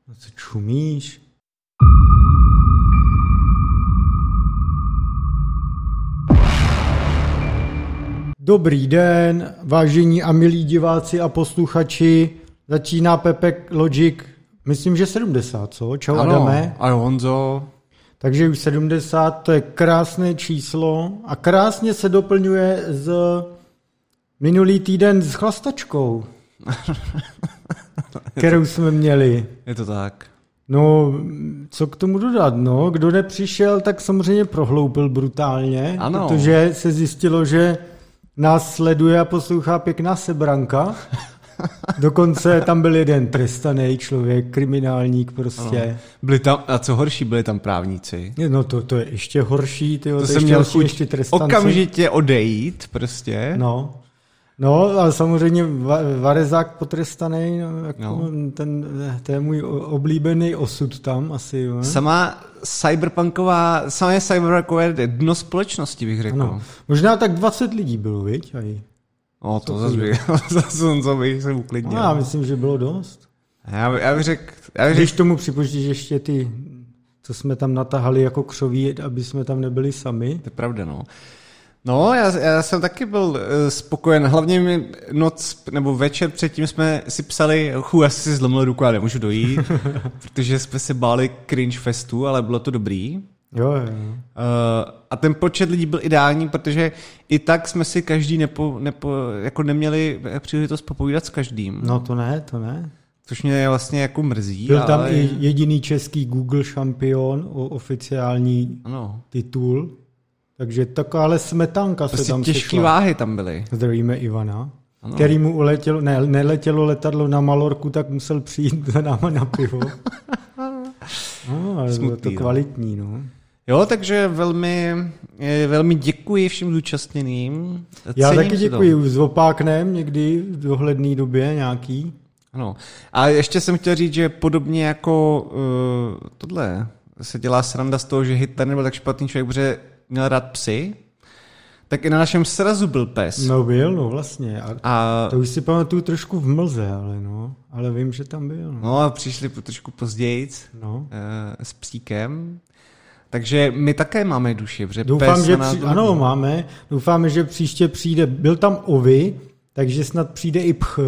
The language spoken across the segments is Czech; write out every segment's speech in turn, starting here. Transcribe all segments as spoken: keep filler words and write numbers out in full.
Co čumíš? Dobrý den, vážení a milí diváci a posluchači. Začíná Pepe Logic, myslím, že sedmdesát, co? Čau, ano, Adame. Ano, Honzo. Takže už sedmdesát, to je krásné číslo a krásně se doplňuje z minulý týden s chlastačkou, kterou jsme měli. Je to tak. No, co k tomu dodat, no, kdo nepřišel, tak samozřejmě prohloupil brutálně, ano. Protože se zjistilo, že nás sleduje a poslouchá pěkná sebranka. Dokonce tam byl jeden trestaný člověk, kriminálník prostě. Ano. Byli tam, a co horší, byli tam právníci. No to, to je ještě horší, tyjo, to, to jsem ještě měl horší, chuť ještě trestanci. okamžitě odejít prostě. No. No, ale samozřejmě Varezák potrestaný, no, jako no. Ten, to je můj oblíbený osud tam asi. Jo. Sama cyberpunková, samé cyberpunkové dno společnosti, bych řekl. Ano. Možná tak dvacet lidí bylo, viď? Aj. No, to zase bych, zase bych se uklidnil. No, já myslím, že bylo dost. Já, já bych řekl... Řek... Když tomu připočtíš ještě ty, co jsme tam natahali jako křoví, aby jsme tam nebyli sami. To je pravda, no. No, já, já jsem taky byl uh, spokojen. Hlavně mi noc nebo večer předtím jsme si psali, chu, já si zlomil ruku, já nemůžu dojít, protože jsme se báli cringe festu, ale bylo to dobrý. Jo, jo. Uh, a ten počet lidí byl ideální, protože i tak jsme si každý nepo, nepo, jako neměli příležitost popovídat s každým. No to ne, to ne. Což mě vlastně jako mrzí. Byl tam ale... i jediný český Google šampion o oficiální ano. titul. Takže takováhle smetanka prostě se tam těžký sešla. Váhy tam byly. Zdravíme Ivana, ano. Který mu uletělo, ne, neletělo letadlo na Malorku, tak musel přijít za náma na pivo. No, ale bylo to kvalitní, no. Jo, takže velmi, velmi děkuji všem zúčastněným. Já taky děkuji, už zopáknem někdy v dohledné době nějaký. Ano. A ještě jsem chtěl říct, že podobně jako uh, tohle se dělá sranda z toho, že Hitler nebyl tak špatný člověk, protože měl rád psy, tak i na našem srazu byl pes. No byl, no vlastně. A, a to už si pamatuju trošku v mlze, ale no, ale vím, že tam byl. No, no a přišli trošku později no. uh, s psíkem. Takže my také máme duši, protože Doufám, pes že nás při... ano, máme. Doufáme, že příště přijde, byl tam Ovi, takže snad přijde i Pch.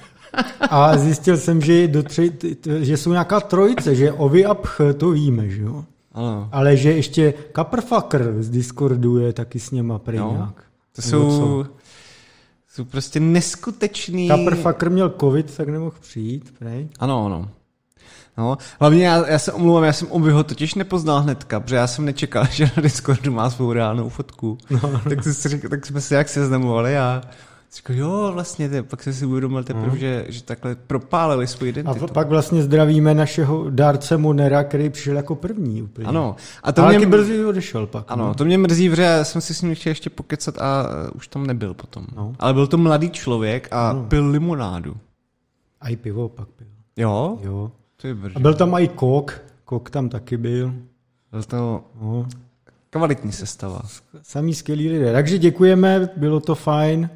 A zjistil jsem, že, do tři, že jsou nějaká trojice, že Ovi a Pch, to víme, že jo. Ano. Ale že ještě Kaprfucker z Discordu je taky s něma prý no, nějak. To jsou, jsou prostě neskutečný... Kaprfucker měl covid, tak nemohl přijít, prej. Ano, ano. No, hlavně já, já se omlouvám, já jsem Oviho totiž nepoznal hnedka, protože já jsem nečekal, že na Discordu má svou reálnou fotku. No. Tak, si říkal, tak jsme se jak seznamovali a říkal, jo, vlastně, te, pak jsem si uvědomil teprve, no. že, že takhle propálili svou identitu. A pak vlastně zdravíme našeho dárce Monera, který přišel jako první úplně. Ano. A to ale mě brzy odešel pak. Ano, no. to mě mrzí, protože já jsem si s ním chtěl ještě pokecat a už tam nebyl potom. No. Ale byl to mladý člověk a no. pil limonádu. A i pivo pak pil. Jo? Jo. To je a byl tam i Kok. Kok tam taky byl. Byl to no. kvalitní sestava. Samý skvělí lidé. Takže děkujeme, bylo to fajn.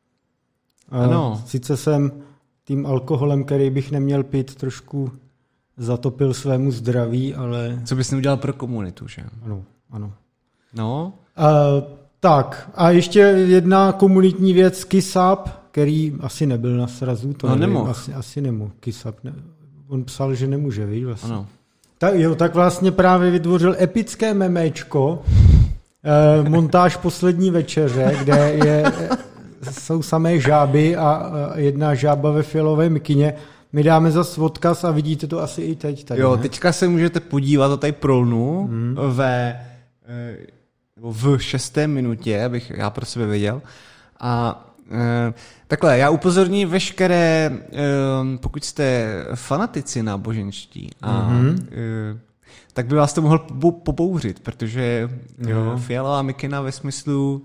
Ano. Sice jsem tím alkoholem, který bych neměl pít, trošku zatopil svému zdraví, ale... Co bys neudělal pro komunitu, že? Ano, ano. No. A, tak, a ještě jedna komunitní věc, Kisap, který asi nebyl na srazu, to no, nevím, nemohl. asi, asi nemohl, Kisap, ne, on psal, že nemůže, víš, vlastně. Ano. Tak, jo, tak vlastně právě vytvořil epické memečko, eh, montáž poslední večeře, kde je... jsou samé žáby a jedna žába ve fialové mikině. My dáme zas odkaz a vidíte to asi i teď. Tady, jo, ne? teďka se můžete podívat, to tady prolnu hmm. ve, v šesté minutě, abych já pro sebe věděl. A takhle, já upozorním veškeré, pokud jste fanatici náboženští, a, mm-hmm. tak by vás to mohl pobouřit, protože jo. fialová mikina ve smyslu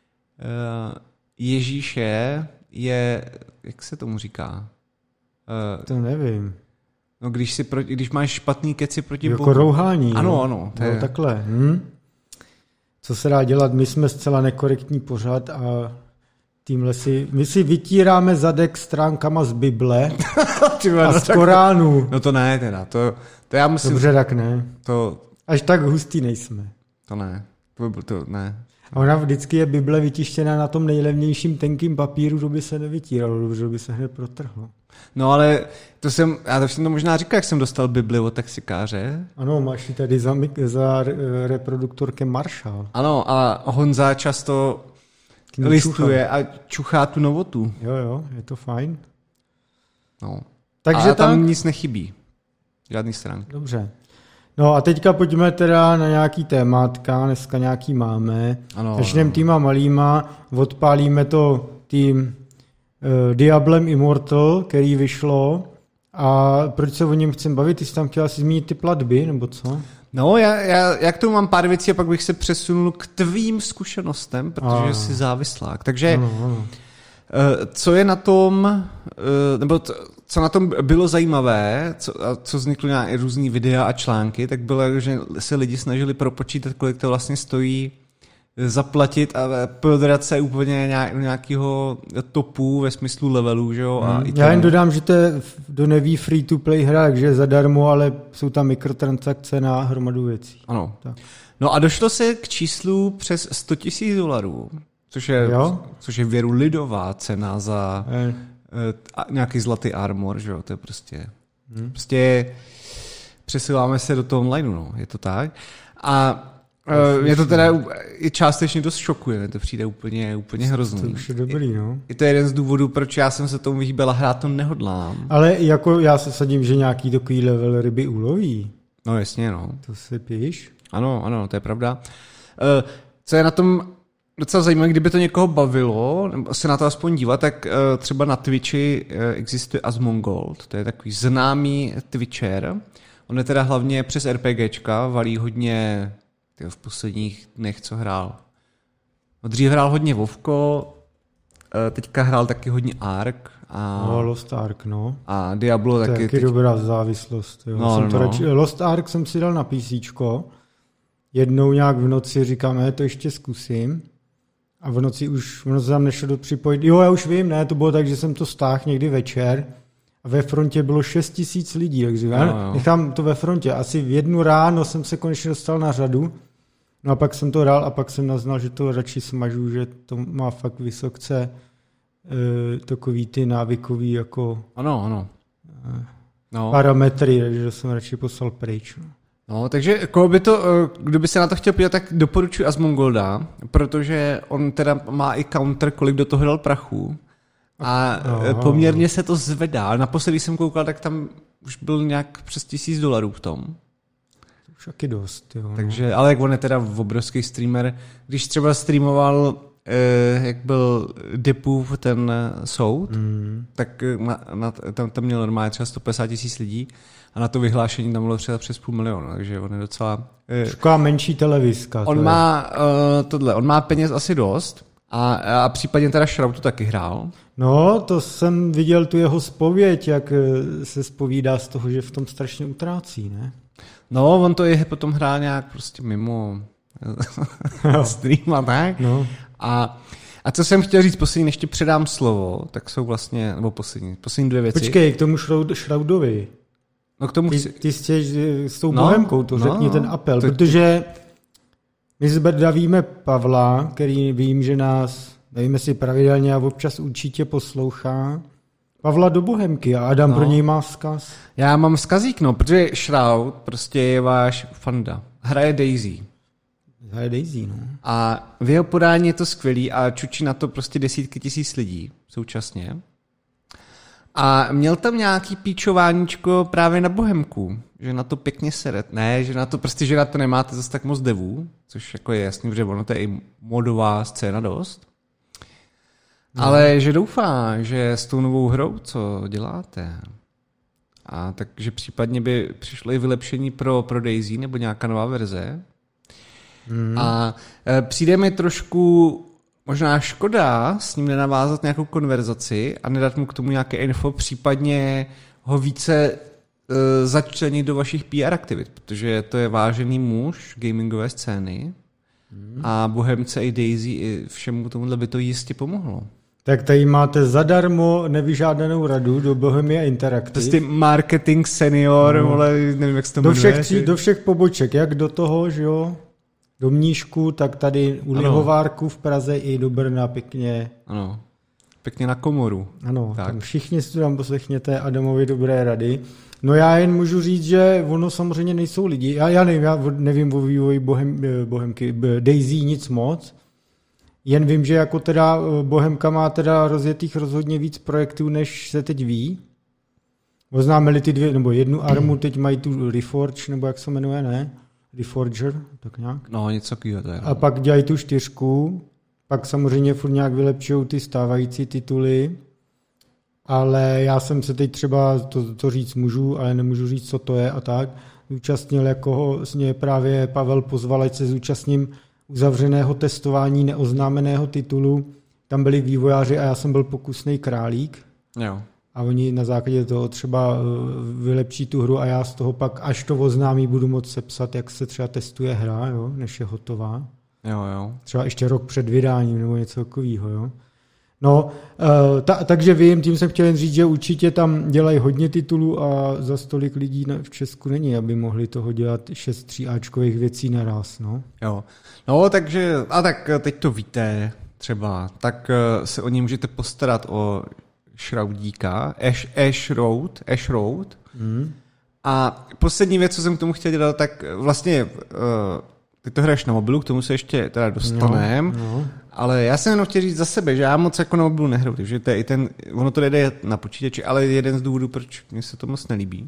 Ježíše je, jak se tomu říká? Uh, to nevím. No, když, si pro, když máš špatný keci proti jako Bohu. Jako rouhání. Ano, jo? ano. To no, je... takhle. Hm? Co se dá dělat? My jsme zcela nekorektní pořad a Tímhle si, my si vytíráme zadek stránkama z Bible Tyhle, a no z tak, Koránu. No to ne teda, to, to já musím... Dobře, tak ne. To, Až tak hustý nejsme. to ne, to, by, to ne. A ona vždycky je Bible vytištěna na tom nejlevnějším tenkým papíru, že by se nevytíralo, že by se hned protrhlo. No ale to jsem, já to jsem to možná říkal, jak jsem dostal Bibli od taxikáře. Ano, máš ji tady za, za reproduktorkem Marshall. Ano, a Honza často listuje a čuchá tu novotu. Jo, jo, je to fajn. No. Takže a tam tak... nic nechybí. Žádný stránky. Dobře. No a teďka pojďme teda na nějaký témátka, dneska nějaký máme. Začneme týma malýma, odpálíme to tím uh, Diablem Immortal, který vyšlo. A proč se o něm chcem bavit? Ty jsi tam chtěla si zmínit ty platby, nebo co? No, já, já, já k tomu mám pár věcí a pak bych se přesunul k tvým zkušenostem, protože a. jsi závislák. Takže ano, ano. co je na tom, nebo co na tom bylo zajímavé, co, a co vzniklo nějaké různý videa a články, tak bylo, že se lidi snažili propočítat, kolik to vlastně stojí zaplatit a prodat se úplně nějakého topu ve smyslu levelů, že jo? A hmm. Já jen dodám, že to je, do neví free to play hra, takže je zadarmo, ale jsou tam mikrotransakce na hromadu věcí. Ano. Tak. No a došlo se k číslu přes sto tisíc dolarů, což je, což je věru lidová cena za eh. nějaký zlatý armor, že jo? To je prostě... Hmm. Prostě přesouváme se do toho online, no. Je to tak. A Uh, mě to teda i částečně dost šokuje, mě to přijde úplně, úplně hrozný. To už je dobrý, no. Je to jeden z důvodů, proč já jsem se tomu vyhýbal a hrát to nehodlám. Ale jako já se sadím, že nějaký takový level ryby uloví. No jasně, no. To si píš? Ano, ano, to je pravda. Uh, co je na tom docela zajímavé, kdyby to někoho bavilo, nebo se na to aspoň dívat, tak uh, třeba na Twitchi uh, existuje Asmongold, to je takový známý Twitcher. On je teda hlavně přes RPGčka, valí hodně... Tyjo, v posledních dnech, co hrál. No, dřív hrál hodně Vovko, teďka hrál taky hodně Ark. A, no, Lost Ark, no. A Diablo taky. To je taky teď... dobrá závislost. Jo. No, jsem no, to no. radši... Lost Ark jsem si dal na PCčko. Jednou nějak v noci říkám, ne, to ještě zkusím. A v noci už v noci tam nešlo do připojit. Jo, já už vím, ne, to bylo tak, že jsem to stáhl někdy večer. A ve frontě bylo šest tisíc lidí, takže no, nechám to ve frontě. Asi v jednu ráno jsem se konečně dostal na řadu. No a pak jsem to dal a pak jsem naznal, že to radši smažu, že to má fakt vysokce e, takový ty návykový jako ano, ano. E, no. parametry, takže jsem radši poslal pryč. No. No, takže koho by to, kdo by se na to chtěl podívat, tak doporučuji Asmongolda, protože on teda má i counter, kolik do toho dal prachu. A Aha. poměrně se to zvedá. Naposledy jsem koukal, tak tam už byl nějak přes tisíc dolarů v tom. Už taky dost, jo. Takže, ale jak on je teda obrovský streamer, když třeba streamoval, eh, jak byl Deppův ten soud, mm. tak na, na, tam, tam měl normálně třeba sto padesát tisíc lidí a na to vyhlášení tam bylo třeba přes půl milionu, takže on je docela... Eh, Taková menší televizka. On má uh, tohle, on má peněz asi dost a, a případně teda Shroudu taky hrál. No, to jsem viděl tu jeho zpověď, jak se zpovídá z toho, že v tom strašně utrácí, ne? No, on to je potom hrál nějak prostě mimo stream a tak. No. A, a co jsem chtěl říct poslední, než ti předám slovo, tak jsou vlastně, nebo poslední, poslední dvě věci. Počkej, k tomu Shroudovi. No k tomu ty, chci... ty stěž s tou no, bohemkou, to no, řekni ten apel, to, protože my zdavíme Pavla, který vím, že nás, nevím jestli pravidelně a občas určitě poslouchá, Pavla do Bohemky a Adam no. pro něj má vzkaz. Já mám vzkazík, no, protože Shroud prostě je váš fanda. Hraje Daisy. Hraje Daisy, no. A v jeho podání je to skvělý a čučí na to prostě desítky tisíc lidí současně. A měl tam nějaký píčováníčko právě na Bohemku, že na to pěkně seret. Ne, že na to prostě, že na to nemáte zase tak moc devů, což jako je jasný, protože ono to je i modová scéna dost. No. Ale že doufá, že s tou novou hrou, co děláte, a takže případně by přišlo i vylepšení pro, pro Daisy nebo nějaká nová verze. Mm. A e, přijde mi trošku možná škoda s ním nenavázat nějakou konverzaci a nedat mu k tomu nějaké info, případně ho více e, začlenit do vašich P R aktivit, protože to je vážený muž gamingové scény mm. a Bohemce i Daisy i všemu tomuhle by to jistě pomohlo. Tak tady máte zadarmo nevyžádanou radu do Bohemia Interactive. Prostě marketing senior, no. Vole, nevím, jak se to do jmenuje. Všech, tří, do všech poboček, jak do toho, že jo, do Mníšku, tak tady u Lihovárku v Praze i do Brna pěkně. Ano, pěkně na komoru. Ano, tak. Tam všichni si tam poslechněte Adamovi dobré rady. No já jen můžu říct, že ono samozřejmě nejsou lidi. Já, já nevím, já nevím o vývoji Bohem, Bohemky, Daisy nic moc. Jen vím, že jako teda Bohemka má teda rozjetých rozhodně víc projektů, než se teď ví. Oznámili ty dvě, nebo jednu armu, teď mají tu Reforge, nebo jak se jmenuje, ne? Reforger, tak nějak. No, něco takového to je. A pak dělají tu čtyřku, pak samozřejmě furt nějak vylepšují ty stávající tituly, ale já jsem se teď třeba, to, to říct můžu, ale nemůžu říct, co to je a tak, zúčastnil, jako ho mě právě Pavel pozval, ať se zúčastním uzavřeného testování neoznámeného titulu. Tam byli vývojáři a já jsem byl pokusný králík. Jo. A oni na základě toho třeba vylepší tu hru a já z toho pak, až to oznámí, budu moct sepsat, jak se třeba testuje hra, jo, než je hotová. Jo, jo. Třeba ještě rok před vydáním nebo něco takového, jo. No, ta, takže vím, tím jsem chtěl jen říct, že určitě tam dělají hodně titulů a za stolik lidí v Česku není, aby mohli toho dělat šest tříáčkových věcí naraz, no. Jo, no takže, a tak teď to víte třeba, tak se o něj můžete postarat o Shroudíka, Ash, Ash Road, Ash Road. Mm. A poslední věc, co jsem k tomu chtěl dělat, tak vlastně uh, ty to hraješ na mobilu, k tomu se ještě teda dostaneme, no, no. Ale já jsem jenom chtěl říct za sebe, že já moc jako na mobilu nehraju, takže to je i ten, ono to jde na počítači, ale jeden z důvodů, proč mě se to moc nelíbí.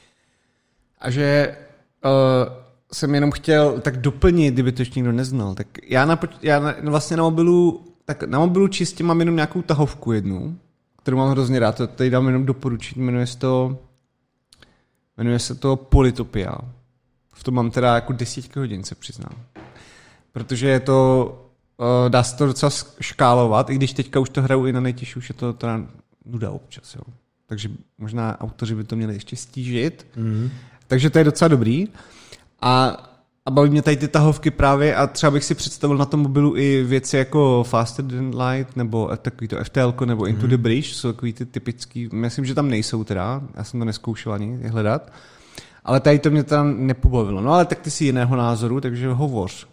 A že uh, jsem jenom chtěl tak doplnit, kdyby to ještě někdo neznal, tak já, na, já na, vlastně na mobilu, tak na mobilu čistě mám jenom nějakou tahovku jednu, kterou mám hrozně rád, to tady dám jenom doporučit, jmenuje se to, jmenuje se to Polytopia. V tom mám teda jako desítky hodin, se přiznám. Protože je to, uh, dá se to docela škálovat, i když teďka už to hraju i na nejtěžší, už je to teda nuda občas, jo. Takže možná autoři by to měli ještě stížit. Mm. Takže to je docela dobrý. A A baví mě tady ty tahovky právě a třeba bych si představil na tom mobilu i věci jako Faster Than Light nebo takový to F T L nebo Into mm. the Bridge, jsou takový ty typický, myslím, že tam nejsou teda, já jsem to neskoušel ani hledat, ale tady to mě teda nepobavilo. No ale tak ty jsi jiného názoru, takže hovoř.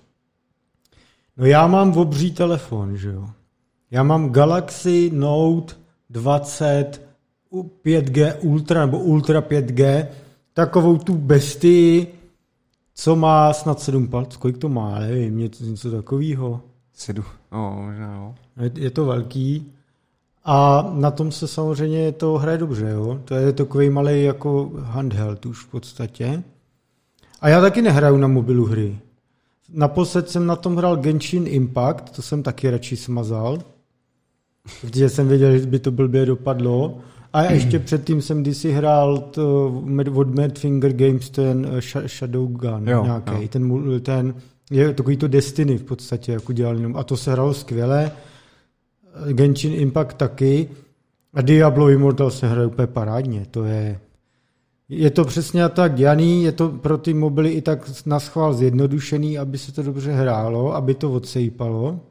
No já mám obří telefon, že jo. Já mám Galaxy Note dvacet pět G Ultra nebo Ultra pět G, takovou tu bestii, co má snad sedm palců, kolik to má, nevím, něco, něco takového. Sedm, no, možná jo. Je, je to velký a na tom se samozřejmě to hraje dobře, jo. To je takový malý jako handheld už v podstatě. A já taky nehraju na mobilu hry. Naposled jsem na tom hrál Genshin Impact, to jsem taky radši smazal, protože jsem věděl, že by to blbě dopadlo. A ještě předtím jsem kdysi hrál to, od Mad Finger Games ten Shadowgun nějaký. Ten, ten je takový to Destiny v podstatě, jako dělal jenom. A to se hralo skvěle. Genshin Impact taky. A Diablo Immortal se hraje úplně parádně. To je, je to přesně tak dělaný, je to pro ty mobily i tak naschvál zjednodušený, aby se to dobře hrálo, aby to odsejpalo.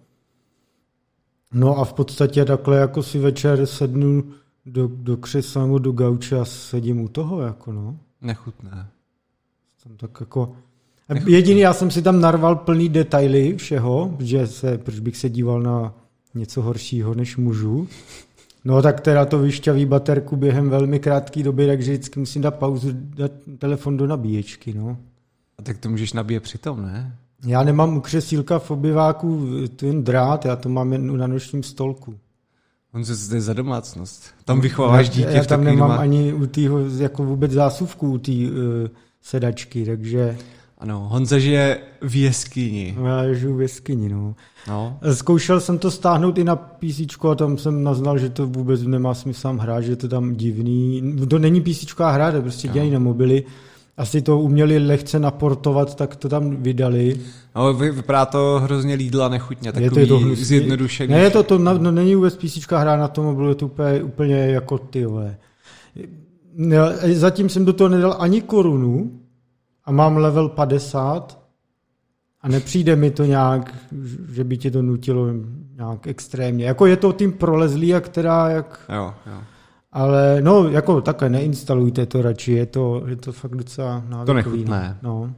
No a v podstatě takhle jako si večer sednu do, do křesla nebo do gauče a sedím u toho, jako no. Nechutné. Jsem tak jako... Nechutné. Jediný, já jsem si tam narval plný detaily všeho, protože se, proč bych se díval na něco horšího, než můžu. No tak teda to vyšťaví baterku během velmi krátké doby, takže vždycky musím dát pauzu, dát telefon do nabíječky, no. A tak to můžeš nabíjet přitom, ne? Já nemám u křesílka v obyváku ten drát, já to mám jen na nočním stolku. On se zde za domácnost. Tam vychováváš dítě. Já v tam nemám doma... ani u týho, jako vůbec zásuvku u té uh, sedačky, takže... Ano, Honza žije v jeskyni. Já žiju v jeskyni, no. no. Zkoušel jsem to stáhnout i na PCčko a tam jsem naznal, že to vůbec nemá smysl hrát, že to tam divný. To není PCčková hra, to prostě dělají na mobily. Asi to uměli lehce naportovat, tak to tam vydali. No, vypadá to hrozně lídla nechutně, takový je to to zjednodušený. Ne, to, to no, není vůbec PCčka hra na tom mobilu, je to úplně, úplně jako ty vole. Zatím jsem do toho nedal ani korunu a mám level padesát A nepřijde mi to nějak, že by tě to nutilo nějak extrémně. Jako je to tým prolezlý, a která jak... Jo, jo. Ale no, jako takhle neinstalujte to radši, je to, je to fakt docela návykový. To nechutné. No.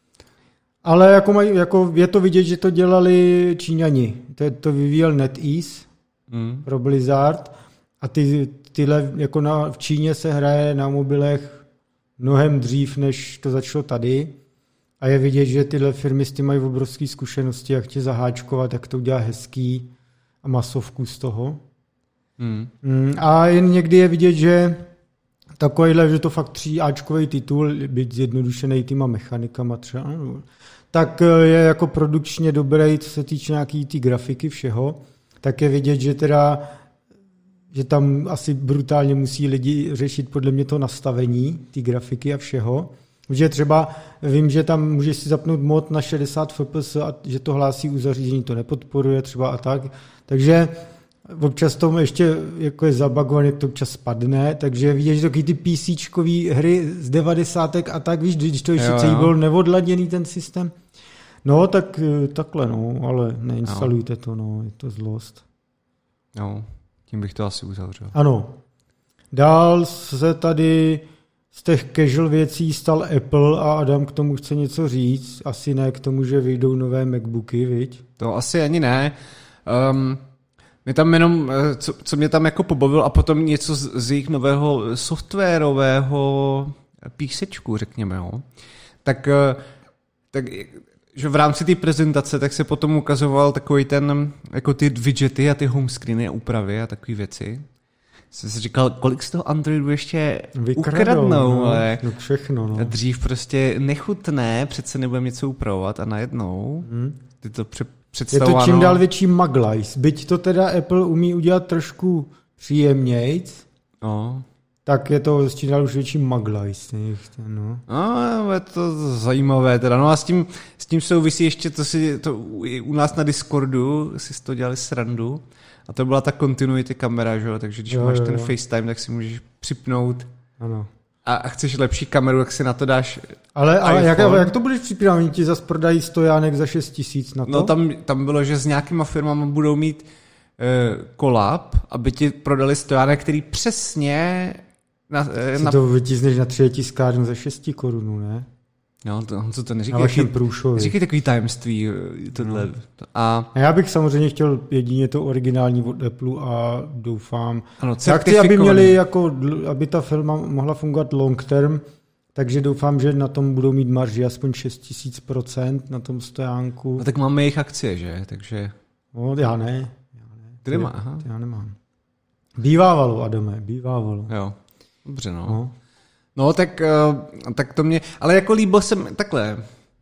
Ale jako, maj, jako je to vidět, že to dělali Číňani. To, to vyvíjel NetEase mm. pro Blizzard a ty, tyhle, jako na, v Číně se hraje na mobilech mnohem dřív, než to začalo tady. A je vidět, že tyhle firmy s tím mají obrovské zkušenosti, jak tě zaháčkovat, jak to udělá hezký a masovku z toho. Hmm. A jen někdy je vidět, že takovýhle, že to fakt tříáčkový titul, být zjednodušený týma mechanikama třeba, tak je jako produkčně dobrý, co se týče nějaký ty grafiky všeho, tak je vidět, že teda že tam asi brutálně musí lidi řešit podle mě to nastavení, ty grafiky a všeho. Že třeba vím, že tam můžeš si zapnout mod na šedesát F P S a že to hlásí u zařízení, to nepodporuje třeba a tak. Takže občas to ještě jako je zabagované, to občas spadne, takže vidíš, že taky ty PCčkový hry z devadesátek a tak, víš, když to ještě celý byl neodladěný ten systém. No, tak takhle, no, ale neinstalujte to, no, je to zlost. No, tím bych to asi uzavřel. Ano. Dál se tady z těch casual věcí stal Apple a Adam k tomu chce něco říct. Asi ne k tomu, že vyjdou nové MacBooky, viď? To asi ani ne. Um, mě tam jenom, co, co mě tam jako pobavil a potom něco z, z jejich nového softwarového písečku, řekněme, jo. Tak, tak že v rámci té prezentace tak se potom ukazoval takový ten, jako ty widgety a ty home screeny a úpravy a takové věci. Jsem si říkal, kolik z toho Androidu ještě Vykradou, ukradnou, no, ale no všechno, no. Dřív prostě nechutné, přece nebudeme něco upravovat a najednou hmm. ty to pře- představováno. Je to čím dál větší maglajs. Byť to teda Apple umí udělat trošku příjemnějc, no. Tak je to čím dál už větší maglajs. No. no, je to zajímavé teda. No a s tím, s tím souvisí ještě, to si to u nás na Discordu si to dělali srandu. A to byla ta continuity kamera, že? Takže když jo, máš jo, ten jo. FaceTime, tak si můžeš připnout. Ano. A, a chceš lepší kameru, jak si na to dáš. Ale a jak, jak to budeš připínat? Oni ti zase prodají stojánek za šest tisíc na to? No tam, tam bylo, že s nějakýma firmama budou mít kolab, uh, aby ti prodali stojánek, který přesně... Na, si na... to vytízneš na tři tiskárnu za šest korunů, ne? No, to, co to neříkej. Na vašem průšovi. Říkej takový tajemství. Tohle. No. A... a já bych samozřejmě chtěl jedině to originální od Apple a doufám. Ano, já chci, aby měli jako, aby ta firma mohla fungovat long term, takže doufám, že na tom budou mít marži aspoň šest tisíc procent na tom stojánku. No tak máme jejich akcie, že? Takže... No, já ne. Já ne. Ty nemá, aha. Já nemám. Bývávalo, Adame, bývávalo. Jo, dobře, no. no. No, tak, tak to mě... Ale jako líbil jsem... Takhle.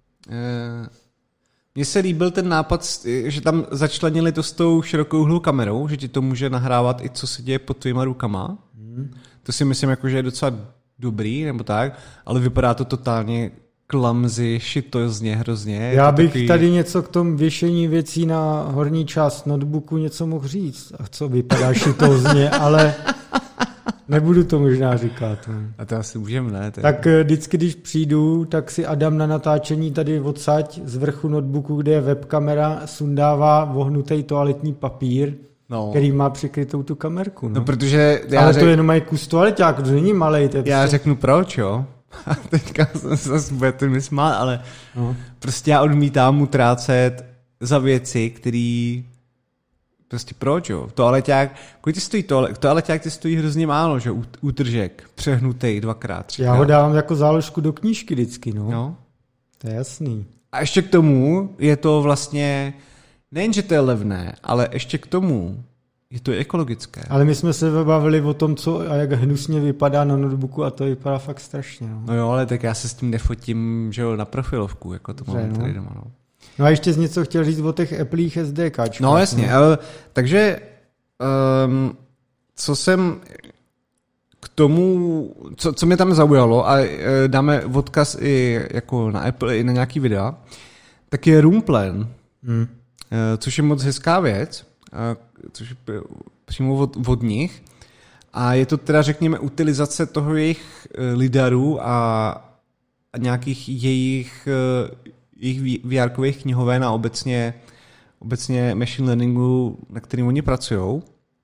Mně se líbil ten nápad, že tam začlenili to s tou širokouhlou kamerou, že ti to může nahrávat i co se děje pod tvýma rukama. Hmm. To si myslím, jako, že je docela dobrý, nebo tak, ale vypadá to totálně clumsy, šitozně, hrozně. Já bych takový... tady něco k tomu věšení věcí na horní část notebooku něco mohl říct. A co vypadá šitozně, ale... Nebudu to možná říkat. A to asi můžeme, ne? To je... Tak vždycky, když přijdu, tak si Adam na natáčení tady odsaď z vrchu notebooku, kde je webkamera, sundává vohnutý toaletní papír, no. který má přikrytou tu kamerku. No, no protože... Já Ale řek... to jenom mají kus toaleťák, to není malej. To já prostě... řeknu proč, jo? A teďka se zase budete mi smát, ale no. prostě já odmítám utrácet za věci, které... Prostě proč, jo? Toaleťák, kolik ti stojí toale, toaleťák ti stojí hrozně málo, že? Útržek, přehnutej dvakrát, třikrát. Já ho dávám jako záložku do knížky vždycky, no. no. To je jasný. A ještě k tomu je to vlastně, nejen, že to je levné, ale ještě k tomu je to ekologické. Ale my jsme se bavili o tom, co a jak hnusně vypadá na notebooku a to vypadá fakt strašně, no. No jo, ale tak já se s tím nefotím, že jo, na profilovku, jako to mám tady doma, no. No a ještě jsi něco chtěl říct o těch Appleích S D káčkách. No jasně, ale, takže um, co jsem k tomu, co, co mě tam zaujalo a uh, dáme odkaz i jako na Apple, i na nějaký videa, tak je Room Plan, hmm. uh, což je moc hezká věc, uh, což je přímo od, od nich a je to teda řekněme utilizace toho jejich uh, lidaru a, a nějakých jejich uh, jejich V R-kových knihoven a obecně, obecně machine learningu, na kterým oni pracují.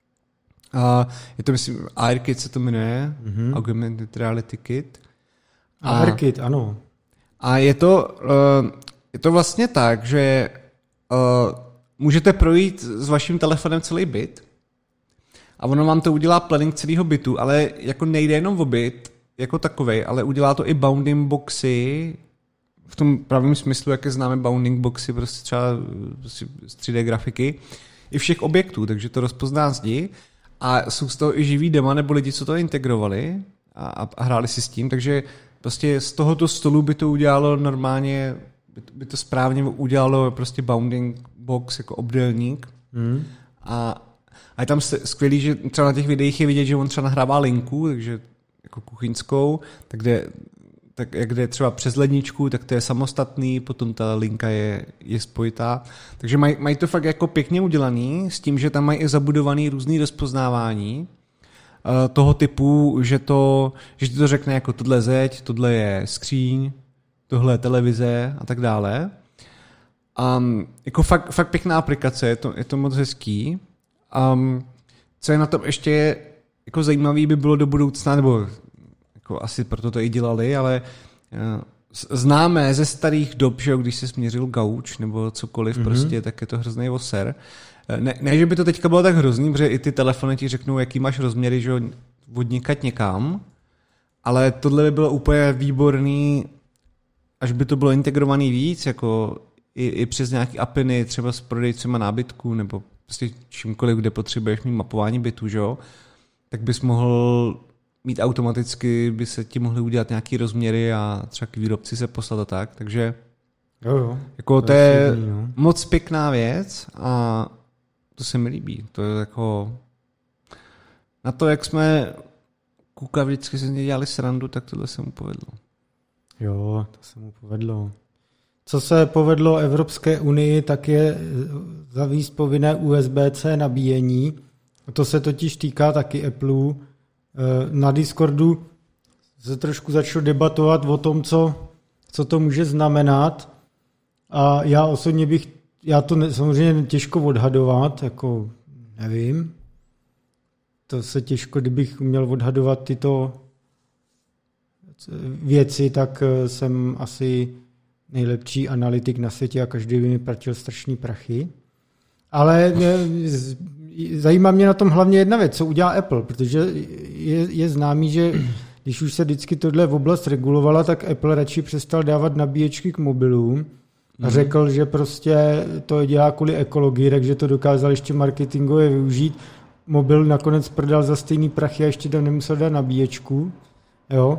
A je to, myslím, ARKit se to jmenuje, mm-hmm. Augmented Reality Kit. A ARKit, ano. A je to, uh, je to vlastně tak, že uh, můžete projít s vaším telefonem celý byt a ono vám to udělá planning celého bytu, ale jako nejde jenom o byt jako takovej, ale udělá to i bounding boxy v tom pravém smyslu, jak je známe bounding boxy, prostě třeba prostě z tři dé grafiky, i všech objektů, takže to rozpozná zdi a jsou z toho i živý dema nebo lidi, co to integrovali a, a hráli si s tím, takže prostě z tohoto stolu by to udělalo normálně, by to správně udělalo prostě bounding box jako obdélník. Mm. A, a je tam skvělý, že třeba na těch videích je vidět, že on třeba nahrává linku, takže jako kuchyňskou, tak kde, tak jak jde třeba přes ledničku, tak to je samostatný, potom ta linka je, je spojitá. Takže mají maj to fakt jako pěkně udělaný, s tím, že tam mají i zabudovaný různý rozpoznávání toho typu, že to, že ti to řekne jako tohle zeď, tohle je skříň, tohle je televize a tak dále. Um, jako fakt, fakt pěkná aplikace, je to, je to moc hezký. Um, co je na tom ještě jako zajímavý by bylo do budoucna, nebo jako asi proto to i dělali, ale uh, známe ze starých dob, že když se směřil gauč nebo cokoliv mm-hmm. prostě, tak je to hrozný oser. Ne, ne, že by to teďka bylo tak hrozný, protože i ty telefony ti řeknou, jaký máš rozměry, že odnikat někam, ale tohle by bylo úplně výborný, až by to bylo integrovaný víc, jako i, i přes nějaký apiny, třeba s prodejcema nábytku, nebo prostě čímkoliv, kde potřebuješ mít mapování bytu, že jo, tak bys mohl mít automaticky, by se ti mohly udělat nějaký rozměry a třeba k výrobci se poslat a tak, takže jo, jo. Jako to, to je slibný, no. Moc pěkná věc a to se mi líbí. To je jako na to, jak jsme Kuka vždycky se dělali srandu, tak tohle se mu povedlo. Jo, to se mu povedlo. Co se povedlo Evropské unii, tak je zavést povinné U S B C nabíjení. To se totiž týká taky Apple. Na Discordu se trošku začalo debatovat o tom, co, co to může znamenat. A já osobně bych, já to ne, samozřejmě těžko odhadovat, jako nevím. To se těžko, kdybych měl odhadovat tyto věci, tak jsem asi nejlepší analytik na světě a každý by mi platil strašný prachy. Ale zajímá mě na tom hlavně jedna věc, co udělá Apple, protože je, je známý, že když už se vždycky tohle v oblast regulovala, tak Apple radši přestal dávat nabíječky k mobilům a řekl, že prostě to dělá kvůli ekologii, takže to dokázal ještě marketingově využít. Mobil nakonec prodal za stejný prachy a ještě tam nemusel dát nabíječku. Jo.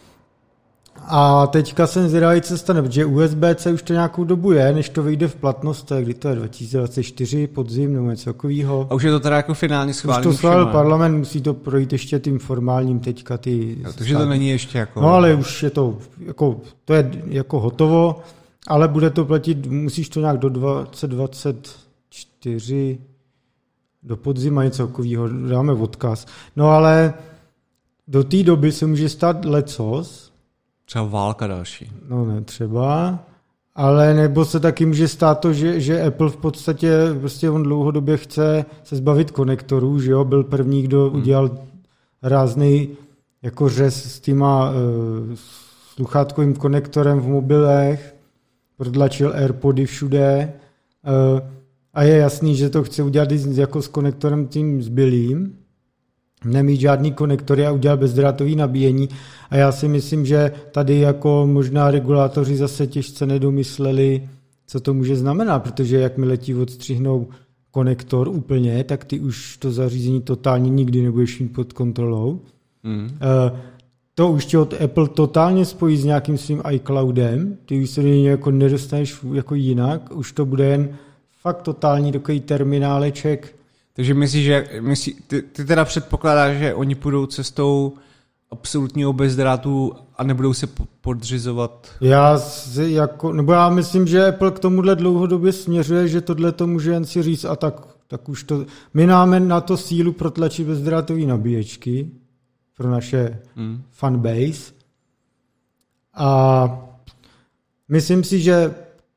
A teďka jsem zvědavý, co stane, protože U S B C už to nějakou dobu je, než to vyjde v platnost, to je, kdy to je dva tisíce dvacet čtyři, podzim nebo něco takového. A už je to teda jako finálně schválený. Už to schválil parlament, musí to projít ještě tím formálním teďka ty... Jo, takže to není ještě jako... No ale už je to, jako, to je jako hotovo, ale bude to platit, musíš to nějak do dvacet dvacet čtyři, do podzima něco takového, dáme odkaz. No ale do té doby se může stát lecos. Třeba válka další. No ne, třeba. Ale nebo se taky může stát to, že, že Apple v podstatě, prostě on dlouhodobě chce se zbavit konektorů, že jo, byl první, kdo hmm. udělal rázný jako řez s týma uh, sluchátkovým konektorem v mobilech, prodlačil AirPody všude uh, a je jasný, že to chce udělat jako s konektorem tím zbylým, nemít žádný konektory a udělat bezdrátový nabíjení. A já si myslím, že tady jako možná regulátoři zase těžce nedomysleli, co to může znamenat, protože jakmile ti odstřihnou konektor úplně, tak ty už to zařízení totálně nikdy nebudeš mít pod kontrolou. Mm. Uh, to už tě od Apple totálně spojí s nějakým svým iCloudem, ty už se do něj jako nedostaneš jako jinak, už to bude jen fakt totální takový termináleček. Takže myslíš, že myslí, ty, ty teda předpokládáš, že oni půjdou cestou absolutního bezdrátu a nebudou se podřizovat? Já si jako, nebo já myslím, že Apple k tomuhle dlouhodobě směřuje, že tohle to může jen si říct a tak, tak už to, my máme na to sílu protlačit bezdrátový nabíječky pro naše hmm. fanbase a myslím si, že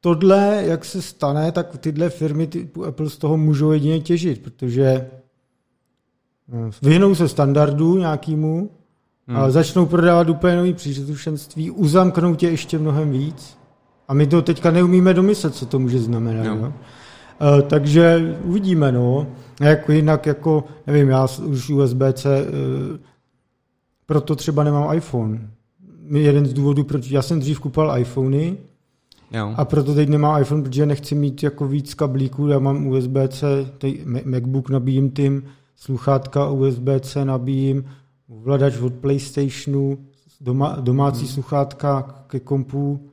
tohle, jak se stane, tak tyhle firmy typu Apple z toho můžou jedině těžit, protože vyhnou se standardu nějakému hmm. a začnou prodávat úplně nový příslušenství, uzamknou tě ještě mnohem víc. A my to teďka neumíme domyslet, co to může znamenat. No. Jo? Uh, takže uvidíme, no. Jako jinak, jako, nevím, já už U S B C, uh, proto třeba nemám iPhone. Jeden z důvodů, proč já jsem dřív kupoval iPhony, jo. A proto teď nemám iPhone, protože nechci mít jako víc kablíků, já mám U S B C, teď MacBook nabíjím tím, sluchátka U S B C nabíjím, ovladač od PlayStationu, doma, domácí hmm. sluchátka ke kompu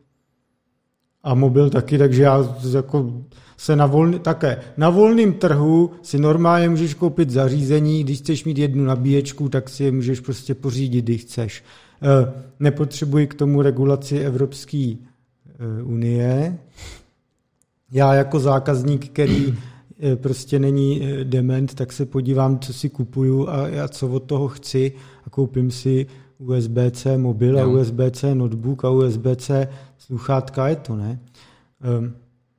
a mobil taky, takže já jako se na volný, také na volném trhu si normálně můžeš koupit zařízení, když chceš mít jednu nabíječku, tak si je můžeš prostě pořídit, když chceš. Nepotřebuji k tomu regulaci Evropské unie. Já jako zákazník, který prostě není dement, tak se podívám, co si kupuju a, a co od toho chci a koupím si U S B C mobil no. a U S B C notebook a U S B C sluchátka, je to, ne? Um,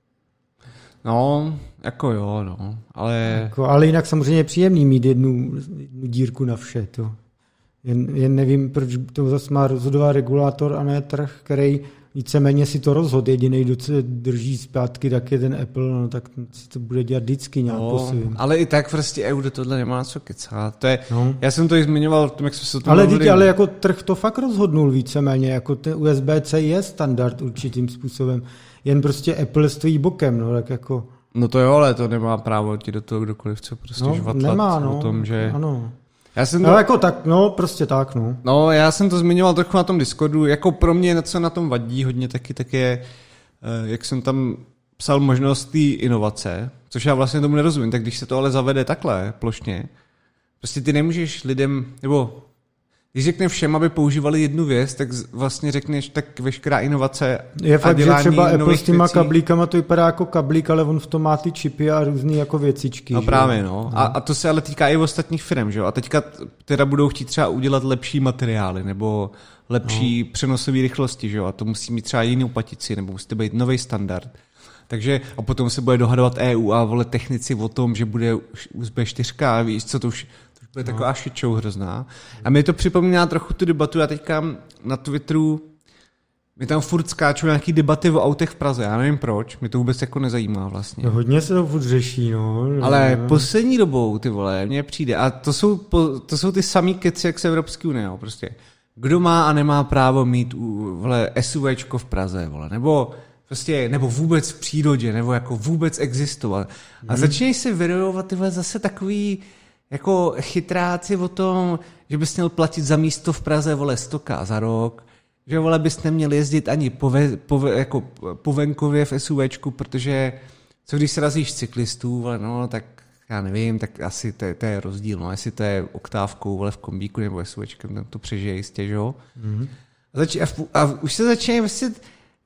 no, jako jo, no, ale... Jako, ale jinak samozřejmě příjemný mít jednu, jednu dírku na vše, to. Jen, jen nevím, proč to zase má rozhodová regulátor a ne trh, který víceméně si to rozhod. Jedinej, kdo se drží zpátky, tak je ten Apple, no tak si to bude dělat vždycky nějak no, posuvím. Ale i tak prostě E U do tohle nemá co kecat. To je, no. Já jsem to i zmiňoval, tom, jak jsme se o tom ale dítě, ale jako trh to fakt rozhodnul víceméně, jako ten U S B C je standard určitým způsobem, jen prostě Apple stojí bokem, no tak jako... No to jo, ale to nemá právo ti do toho kdokoliv co prostě no, žvatlat nemá, no, o tom, že... Ano. Já jsem to... No jako tak, no prostě tak, no. No já jsem to zmiňoval trochu na tom Discordu, jako pro mě, co na tom vadí hodně taky, tak je, jak jsem tam psal možnost té inovace, což já vlastně tomu nerozumím, tak když se to ale zavede takhle plošně, prostě ty nemůžeš lidem, nebo když řekneš všem, aby používali jednu věc, tak vlastně řekneš, tak veškerá inovace je fakt, že třeba Apple s těma věcí... kablíkama to vypadá jako kablík, ale on v tom má ty čipy a různý jako věcičky. No že? právě, no. A, a to se ale týká i ostatních firm, že jo. A teďka teda budou chtít třeba udělat lepší materiály, nebo lepší no. přenosové rychlosti, že jo. A to musí mít třeba jinou patici, nebo musí být nový standard. Takže a potom se bude dohadovat E U a vole technici o tom, že bude U S B čtyři, víš co, to už to je taková no. shit show hrozná. A mi to připomíná trochu tu debatu, já teďka na Twitteru, mi tam furt skáčou nějaký debaty o autech v Praze, já nevím proč, mě to vůbec jako nezajímá vlastně. No, hodně se to furt řeší, no. Ale no. poslední dobou, ty vole, mně přijde, a to jsou, to jsou ty samý keci, jak z Evropské unie, jo, prostě. Kdo má a nemá právo mít vole, SUVčko v Praze, vole, nebo prostě, nebo vůbec v přírodě, nebo jako vůbec existovat. A hmm. začínají se vyrojovat tyhle zase takový jako chytráci o tom, že bys měl platit za místo v Praze, vole, sto tisíc za rok, že, vole, bys neměl jezdit ani po, ve, po, jako po venkově v SUVčku, protože co když se razíš cyklistů, vole, no, tak já nevím, tak asi to, to je rozdíl, no, jestli to je oktávkou, vole, v kombíku nebo SUVčkem, to přežije jistě, že jo. Mm-hmm. A, zač- a, v, a už se začínají myslet,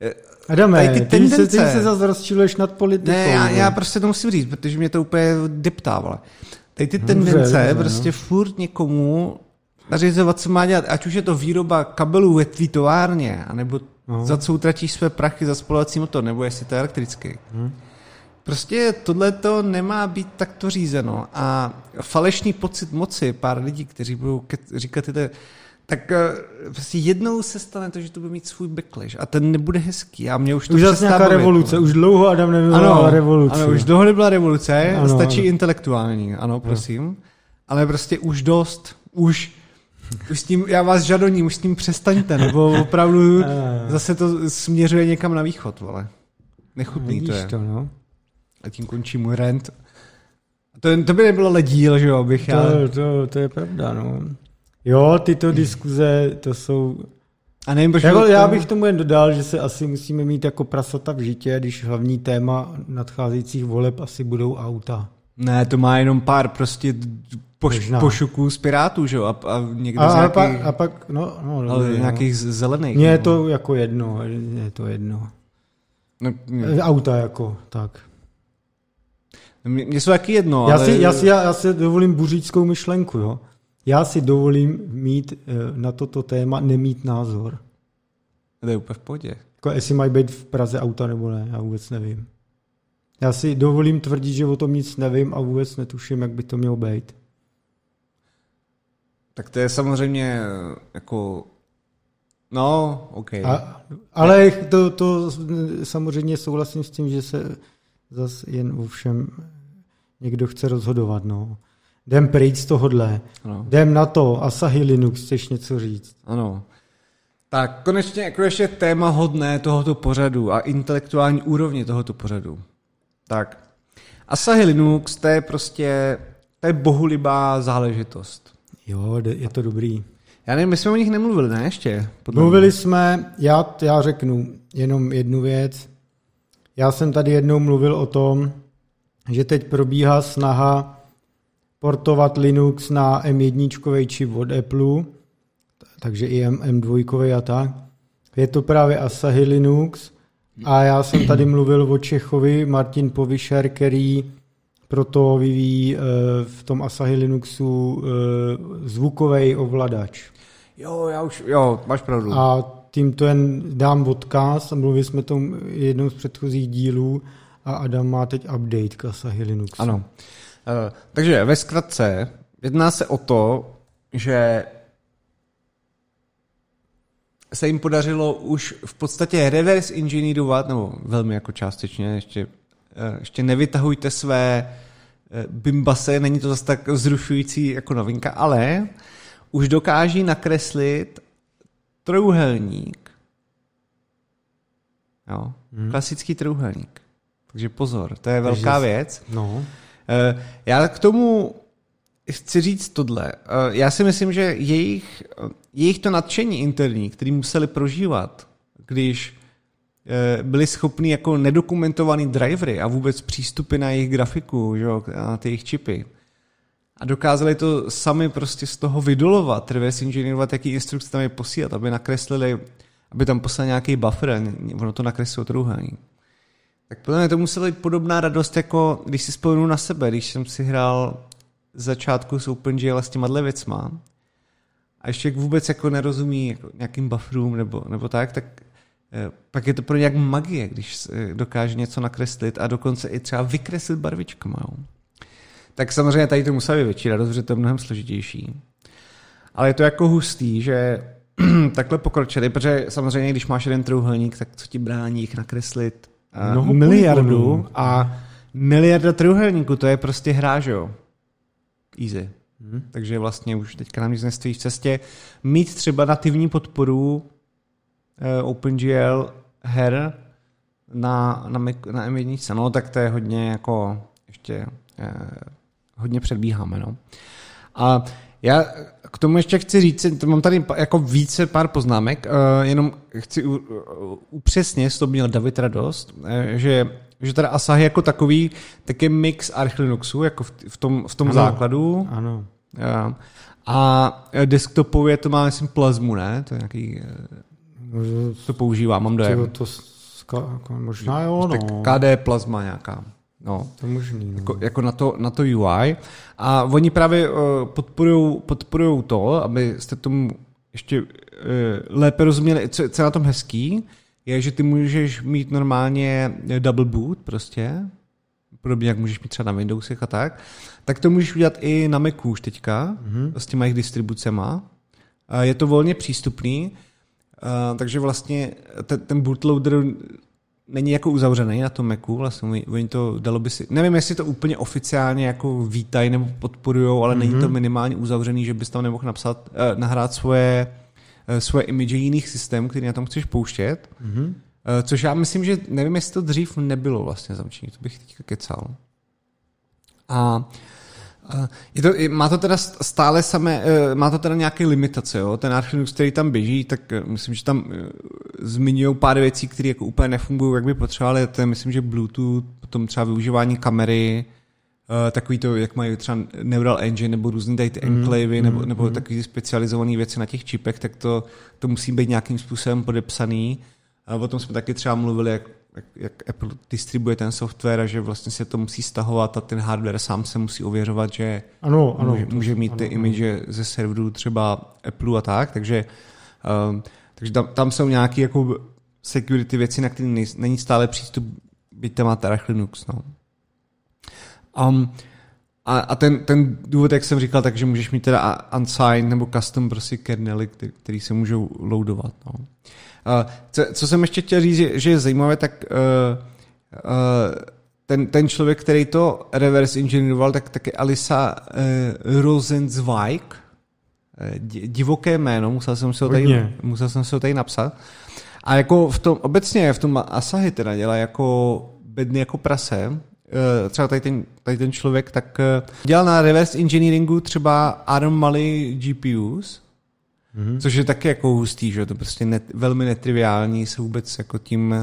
Adame, ty, ty, se, ty se zase rozčiluješ nad politikou. Ne, já, já prostě to musím říct, protože mě to úplně deptá, vole. Tady ty tendence dobře, prostě no. furt někomu nařizovat, co má dělat, ať už je to výroba kabelů ve tvý továrně, anebo no. za co utratíš své prachy za spalovací motor, nebo jestli to je elektrický. Hmm. Prostě tohle to nemá být takto řízeno a falešný pocit moci pár lidí, kteří budou říkat tyhle, tak prostě jednou se stane to, že to bude mít svůj backlash a ten nebude hezký a mě už to už zase nějaká bavit, revoluce, no. Už dlouho Adam nebyla revoluce. Ano, už dlouho nebyla revoluce, ano, stačí ano. intelektuální, ano, prosím, ano. ale prostě už dost, už, už s tím, já vás žadoním, už s tím přestaňte, nebo opravdu zase to směřuje někam na východ, vole. Nechutný to je. To, no. A tím končí můj rant. To, to by nebylo ledíl, že jo, bych to, já... To, to je pravda, no. Jo, tyto diskuze, to jsou... A nevím, jako, já bych tomu jen dodal, že se asi musíme mít jako prasata v žitě, když hlavní téma nadcházejících voleb asi budou auta. Ne, to má jenom pár prostě poš, pošuků z Pirátů, že jo? A, a někde a, z nějakých... A pak, a pak no, no, no, ale no. nějakých zelených. Mně je to jako jedno, je to jedno. No, mě... Auta jako, tak. Mně jsou taky jedno, já ale... Si, já, si, já, já si dovolím buříckou myšlenku, jo. Já si dovolím mít na toto téma nemít názor. To je úplně v pohodě. Jako jestli mají být v Praze auta nebo ne, já vůbec nevím. Já si dovolím tvrdit, že o tom nic nevím a vůbec netuším, jak by to mělo být. Tak to je samozřejmě jako... No, OK. A, ale to, to samozřejmě souhlasím s tím, že se zase jen o všem někdo chce rozhodovat. No. Jdem pryč z tohohle. Ano. Jdem na to. Asahi Linux, chceš něco říct? Ano. Tak konečně jako ještě téma hodné tohoto pořadu a intelektuální úrovně tohoto pořadu. Tak Asahi Linux, to je prostě, to je bohulibá záležitost. Jo, je to dobrý. Já nevím, my jsme o nich nemluvili, ne ještě? Mluvili jsme, já, já řeknu jenom jednu věc. Já jsem tady jednou mluvil o tom, že teď probíhá snaha portovat Linux na em jedna čip od Apple, takže i em dva a tak. Je to právě Asahi Linux a já jsem tady mluvil o Čechovi, Martin Povyšer, který proto vyvíjí v tom Asahi Linuxu zvukový ovladač. Jo, já už, jo, máš pravdu. A tímto jen dám odkaz a mluvili jsme tom jednou z předchozích dílů a Adam má teď update k Asahi Linuxu. Ano. Uh, takže ve zkratce jedná se o to, že se jim podařilo už v podstatě reverse engineerovat, nebo velmi jako částečně, ještě, ještě nevytahujte své bimbase, není to zase tak vzrušující jako novinka, ale už dokáží nakreslit trojúhelník. Jo, hmm. klasický trojúhelník. Takže pozor, to je velká Takže, věc. No. Já k tomu chci říct tohle. Já si myslím, že jejich, jejich to nadšení interní, který museli prožívat, když byli schopni jako nedokumentovaný drivery a vůbec přístupy na jejich grafiku, že, na ty jejich čipy. A dokázali to sami prostě z toho vydolovat, reverse engineerovat, jaký instrukce tam je posílat, aby nakreslili, aby tam poslali nějaký buffer a ono to nakreslilo trojúhelník. Tak podle mě to musela být podobná radost, jako když si vzpomenu na sebe, když jsem si hrál z začátku s OpenGL s těma věcma a ještě vůbec jako nerozumí jako nějakým bufferům nebo, nebo tak, tak eh, pak je to pro nějak magie, když dokáže něco nakreslit a dokonce i třeba vykreslit barvičkama. Jo. Tak samozřejmě tady to musela být větší radost, protože to je mnohem složitější. Ale je to jako hustý, že takhle pokročili, protože samozřejmě, když máš jeden trojúhelník, tak co ti brání jich nakreslit uh, miliardu a miliarda trojúhelníků, to je prostě hra, že jo? Easy. Hmm. Takže vlastně už teďka nám nic nestojí v cestě. Mít třeba nativní podporu uh, OpenGL her na, na, na em jedna, no tak to je hodně jako ještě uh, hodně předbíháme, no. A já k tomu ještě chci říct, mám tady jako více pár poznámek, uh, jenom chci uh, upřesně, s to měl David radost, uh, že, že teda Asahi jako takový, tak je mix Arch Linuxu, jako v, v tom, v tom ano, základu. Ano. Uh, a desktopově to má, myslím, Plasmu, ne? To je nějaký, uh, to používá, mám dojem. To ska, možná jo, no. K D Plasma nějaká. No, to možný, no. jako, jako na, to, na to U I. A oni právě uh, podporujou, podporujou to, abyste tomu ještě uh, lépe rozuměli, co, co je na tom hezký, je, že ty můžeš mít normálně double boot prostě, podobně jak můžeš mít třeba na Windowsech a tak, tak to můžeš udělat i na Macu už teďka, mm-hmm. s těma jejich distribucema. Uh, je to volně přístupný, uh, takže vlastně ten, ten bootloader není jako uzavřený na tom Macu, vlastně oni to dalo by si, nevím, jestli to úplně oficiálně jako vítají nebo podporujou, ale mm-hmm. není to minimálně uzavřený, že bys tam nemohl napsat, eh, nahrát svoje, eh, svoje image jiných systémů, který na tom chceš pouštět, mm-hmm. eh, což já myslím, že nevím, jestli to dřív nebylo vlastně zamčený, to bych teďka kecal. A je to, má to teda stále samé, má to teda nějaké limitace, jo? Ten Arch Linux, který tam běží, tak myslím, že tam zmiňují pár věcí, které jako úplně nefungují, jak by potřebovali, to je, myslím, že Bluetooth, potom třeba využívání kamery, takový to, jak mají třeba Neural Engine nebo různý tady ty enclavy, mm, nebo, mm, nebo mm. takový specializované věci na těch čipech, tak to, to musí být nějakým způsobem podepsaný. A o tom jsme taky třeba mluvili, jak Jak, jak Apple distribuje ten software a že vlastně se to musí stahovat a ten hardware sám se musí ověřovat, že ano, ano, může, může mít ano, ty image ze serverů třeba Apple a tak, takže, um, takže tam, tam jsou nějaké jako security věci, na které není stále přístup, byť tam máte Arch Linux. No. Um, a a ten, ten důvod, jak jsem říkal, takže můžeš mít teda unsigned nebo custom prostě kernely, který, který se můžou loadovat. No. Uh, co, co jsem ještě chtěl říct, že, že je zajímavé, tak uh, uh, ten, ten člověk, který to reverse engineeroval, tak taky Alisa uh, Rosenzweig, divoké jméno, musel jsem si ho tady, musel jsem si ho tady napsat. A jako v tom, obecně v tom Asahi teda dělá jako bedny jako prase. Třeba tady ten, tady ten člověk tak dělal na reverse engineeringu třeba ARM Mali G P Us, mm-hmm. což je taky jako hustý, že to prostě net, velmi netriviální se vůbec jako tím,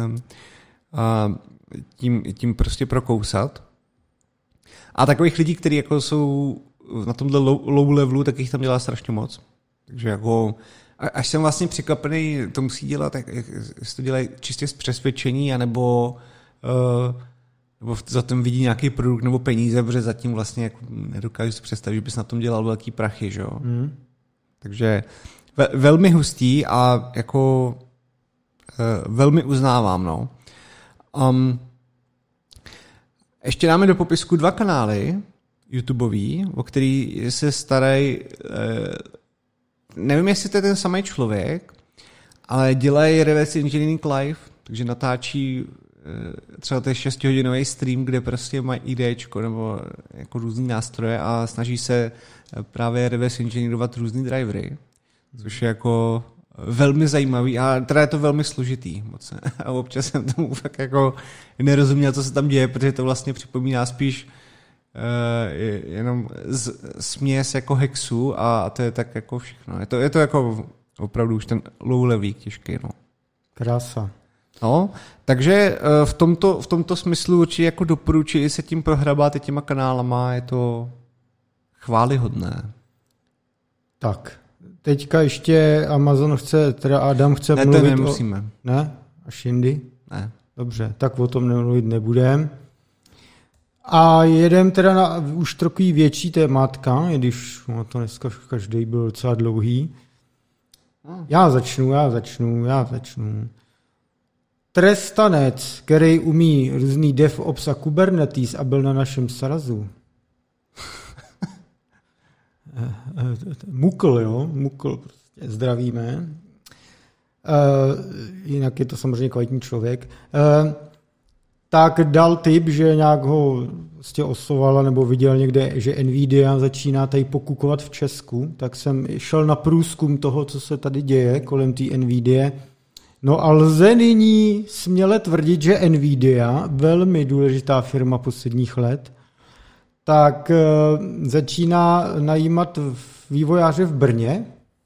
tím, tím prostě prokousat. A takových lidí, kteří jako jsou na tomhle low, low levelu, tak jich tam dělá strašně moc. Takže jako, až jsem vlastně překvapený, to musí dělat, tak, jestli to dělají čistě z přesvědčení, anebo, uh, nebo za tím vidí nějaký produkt nebo peníze, protože zatím vlastně jako nedokážu si představit, že bys na tom dělal velký prachy, že jo. Mm. Takže ve, velmi hustý a jako uh, velmi uznávám, no. Um, ještě dáme do popisku dva kanály, YouTubeový, o který se starají, eh, nevím, jestli to je ten samý člověk, ale dělají reverse engineering live, takže natáčí eh, třeba ten šestihodinový stream, kde prostě mají IDčko nebo jako různý nástroje a snaží se právě reverse engineerovat různý drivery, což je jako velmi zajímavý a teda je to velmi složitý moc. A občas jsem tomu fakt jako nerozuměl, co se tam děje, protože to vlastně připomíná spíš Uh, jenom z, směs jako hexu a, a to je tak jako všechno. Je to, je to jako opravdu už ten low level těžký. No. Krása. No, takže uh, v, tomto, v tomto smyslu určitě jako doporučuji se tím prohrabat i těma kanálama, je to chválihodné. Tak, teďka ještě Amazon chce, teda Adam chce ne, mluvit Ne, to nemusíme. O... Ne? Až jindy? Ne. Dobře, tak o tom nemluvit nebudem. A jedem teda na už trochu větší tématka, i když no to dneska každý byl docela dlouhý. Já začnu, já začnu, já začnu. Trestanec, který umí různý DevOps a Kubernetes a byl na našem srazu. Mukl, jo, Mukl, prostě zdravíme. Uh, jinak je to samozřejmě kvalitní člověk. Uh, tak dal tip, že nějak ho prostě oslovala nebo viděl někde, že Nvidia začíná tady pokukovat v Česku, tak jsem šel na průzkum toho, co se tady děje kolem té Nvidia. No a lze nyní směle tvrdit, že Nvidia, velmi důležitá firma posledních let, tak začíná najímat vývojáře v Brně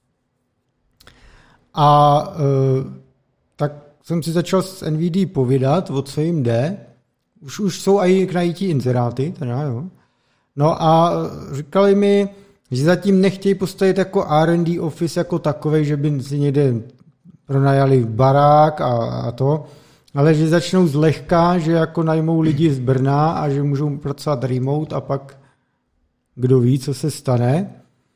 a tak jsem si začal s Nvidia povídat, o co jim jde. Už, už jsou i k najítí inzeráty. Teda, jo. No a říkali mi, že zatím nechtějí postavit jako R and D office jako takovej, že by si někde pronajali barák a, a to, ale že začnou zlehka, že jako najmou lidi z Brna a že můžou pracovat remote a pak kdo ví, co se stane.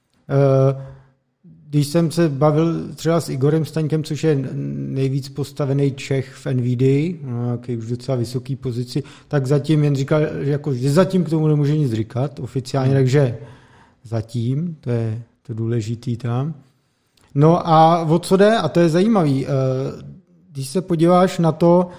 Když jsem se bavil třeba s Igorem Staňkem, což je nejvíc postavený Čech v Nvidia, nějaký už docela vysoký pozici, tak zatím jen říkal, že, jako, že zatím k tomu nemůže nic říkat oficiálně, takže zatím, to je to důležitý tam. No a o co jde? A to je zajímavý. Když se podíváš na to,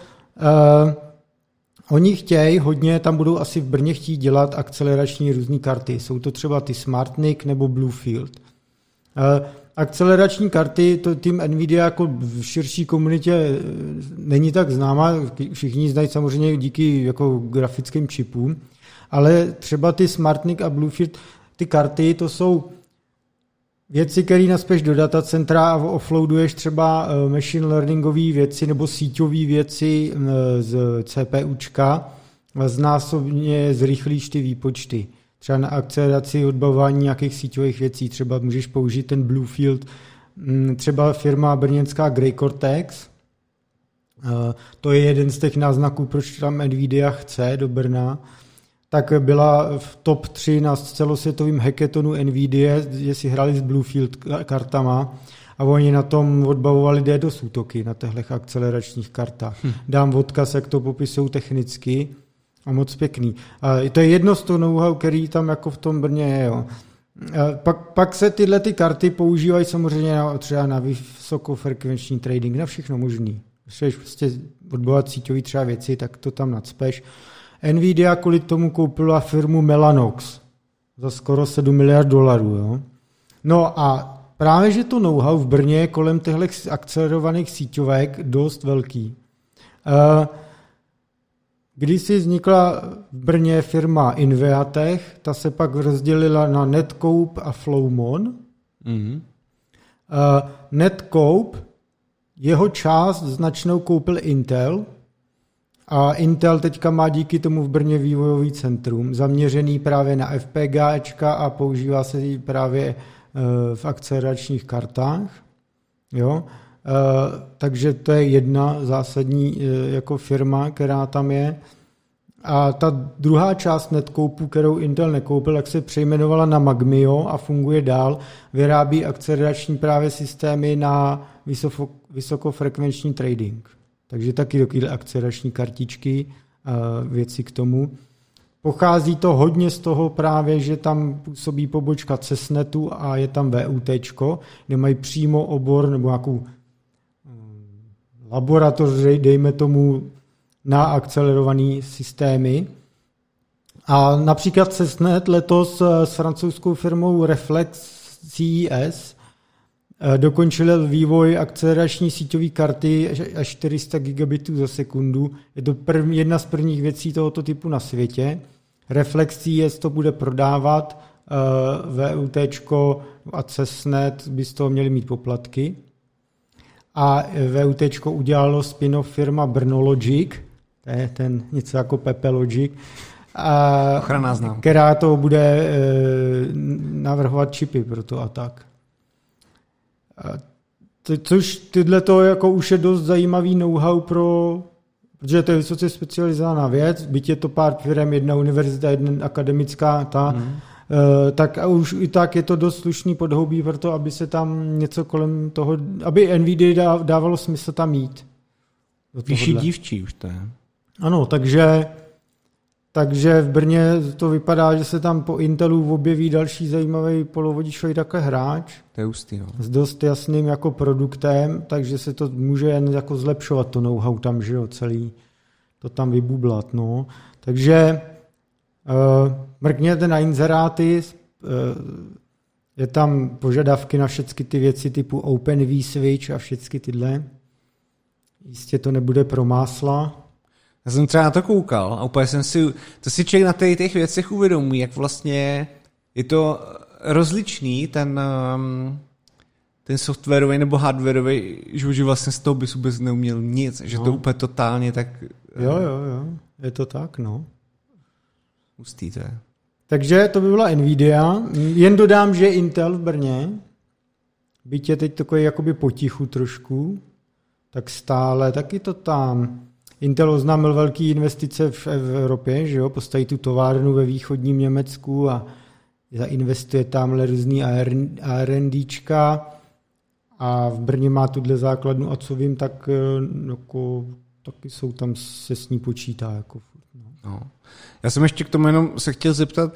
oni chtějí hodně, tam budou asi v Brně chtít dělat akcelerační různé karty. Jsou to třeba ty SmartNIC nebo Bluefield. Akcelerační karty, to tým Nvidia jako v širší komunitě není tak známá, všichni znají samozřejmě díky jako grafickým čipům, ale třeba ty SmartNIC a Bluefield, ty karty, to jsou věci, které naspěš do datacentra a offloaduješ třeba machine learningové věci nebo síťové věci z CPUčka a znásobně zrychlíš ty výpočty. Třeba na akceleraci odbavování nějakých síťových věcí, třeba můžeš použít ten Bluefield, třeba firma brněnská Grey Cortex, to je jeden z těch náznaků, proč tam Nvidia chce do Brna, tak byla v top tři na celosvětovém hackathonu Nvidia, kde si hráli s Bluefield kartama a oni na tom odbavovali DDoS útoky na těchto akceleračních kartách. Hm. Dám odkaz, jak to popisují technicky a moc pěkný. A to je jedno z toho know-how, který tam jako v tom Brně je. Jo. A pak, pak se tyhle ty karty používají samozřejmě na, třeba na vysokofrekvenční trading, na všechno možný. Když prostě odbovat síťový třeba věci, tak to tam nacpeš. Nvidia kvůli tomu koupila firmu Mellanox za skoro sedm miliard dolarů. Jo. No a právě, že to know-how v Brně je kolem těchto akcelerovaných síťovek dost velký. Když si vznikla v Brně firma Inveatech, ta se pak rozdělila na Netcope a Flowmon. Mm-hmm. Netcope, jeho část značnou koupil Intel a Intel teďka má díky tomu v Brně vývojový centrum, zaměřený právě na FPGAčka a používá se právě v akceleračních kartách. Jo? Takže to je jedna zásadní jako firma, která tam je. A ta druhá část Netcoupeu, kterou Intel nekoupil, tak se přejmenovala na Magmio a funguje dál. Vyrábí akcelerační právě systémy na vysoko, vysokofrekvenční trading. Takže taky takové akcelerační kartičky a věci k tomu. Pochází to hodně z toho právě, že tam působí pobočka Cessnetu a je tam VUTčko, kde mají přímo obor nebo nějakou laboratoř, dejme tomu, na akcelerované systémy. A například Cessnet letos s francouzskou firmou Reflex C E S dokončil vývoj akcelerační síťové karty až čtyři sta gigabitů za sekundu. Je to prv, jedna z prvních věcí tohoto typu na světě. Reflex C E S to bude prodávat, VUTčko a Cessnet by z toho měli mít poplatky. A VUTčko udělalo spin-off firma Brnologic, to je ten něco jako Pepe Logic, a která to bude e, navrhovat čipy pro to a tak. A to, což tyhle to jako už je dost zajímavý know-how pro, protože to je vysoce specializovaná věc, byť je to pár firm, jedna univerzita, jedna akademická, ta, mm. e, tak a už i tak je to dost slušný podhoubí pro to, aby se tam něco kolem toho, aby Nvidia dávalo smysl tam mít. Vyšší dívčí už to je. Ano, takže, takže v Brně to vypadá, že se tam po Intelu objeví další zajímavý polovodičový takhle hráč. To je hustý, no. S dost jasným jako produktem, takže se to může jen jako zlepšovat to know-how tam, že jo, celý to tam vybublat, no. Takže uh, mrkněte na inzeráty, uh, je tam požadavky na všechny ty věci typu Open vSwitch a všechny tyhle. Jistě to nebude pro másla. Já jsem třeba na to koukal a úplně jsem si, to si člověk na těch, těch věcech uvědomí, jak vlastně je to rozličný, ten, ten softwarový nebo hardwarový, že vlastně z toho bys vůbec neuměl nic, že no. To úplně totálně tak... Jo, jo, jo, je to tak, no. Hustý to je. Takže to by byla Nvidia. Jen dodám, že Intel v Brně, byť je teď takový jakoby potichu trošku, tak stále taky to tam... Intel oznámil velký investice v Evropě, že jo, postaví tu továrnu ve východním Německu a zainvestuje tamhle různý RNDčka a v Brně má tuhle základnu a co vím, tak jako, taky jsou tam se s ní počítá. Jako, no. No. Já jsem ještě k tomu jenom se chtěl zeptat,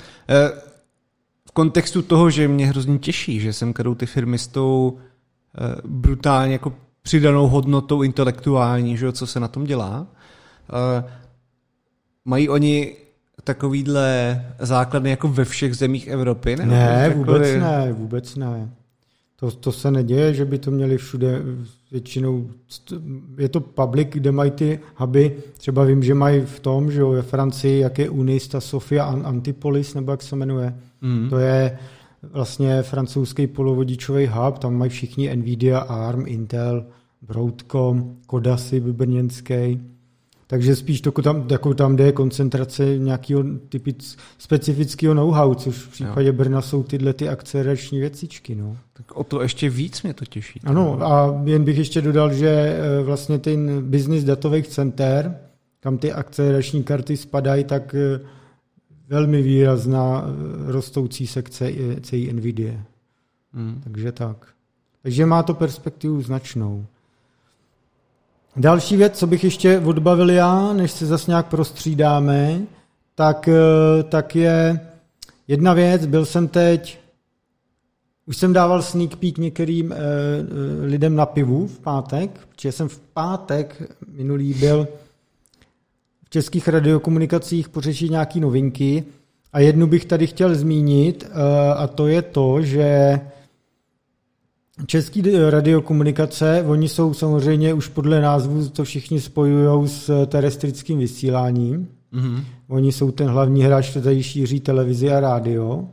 v kontextu toho, že mě hrozně těší, že sem kadou ty firmy s tou brutálně jako přidanou hodnotou intelektuální, že jo, co se na tom dělá. Uh, mají oni takovýhle základny jako ve všech zemích Evropy? Ne, ne vůbec takový... ne, vůbec ne. To, to se neděje, že by to měli všude většinou. Je to public, kde mají ty huby. Třeba vím, že mají v tom, že jo, ve Francii, jak je Unista, Sofia, Antipolis, nebo jak se jmenuje. Mm. To je vlastně francouzský polovodičový hub, tam mají všichni Nvidia, A R M, Intel, Broadcom, Kodasy brněnský. Takže spíš to tam, jako tam, kde je koncentrace nějakého typic, specifického know-how, což v případě jo. Brna jsou tyhle ty akcelerační věcičky. No. Tak o to ještě víc mě to těší. Ano, a jen bych ještě dodal, že vlastně ten business datových center, kam ty akcelerační karty spadají, tak velmi výrazná rostoucí sekce celý Nvidia. Hmm. Takže tak. Takže má to perspektivu značnou. Další věc, co bych ještě odbavil já, než se zase nějak prostřídáme, tak, tak je jedna věc, byl jsem teď, už jsem dával sneak peek některým eh, lidem na pivu v pátek, protože jsem v pátek minulý byl v Českých radiokomunikacích pořešit nějaký novinky a jednu bych tady chtěl zmínit eh, a to je to, že Český radiokomunikace, oni jsou samozřejmě už podle názvu, to všichni spojují s terestrickým vysíláním. Mm-hmm. Oni jsou ten hlavní hráč, který tady šíří televizi a rádio.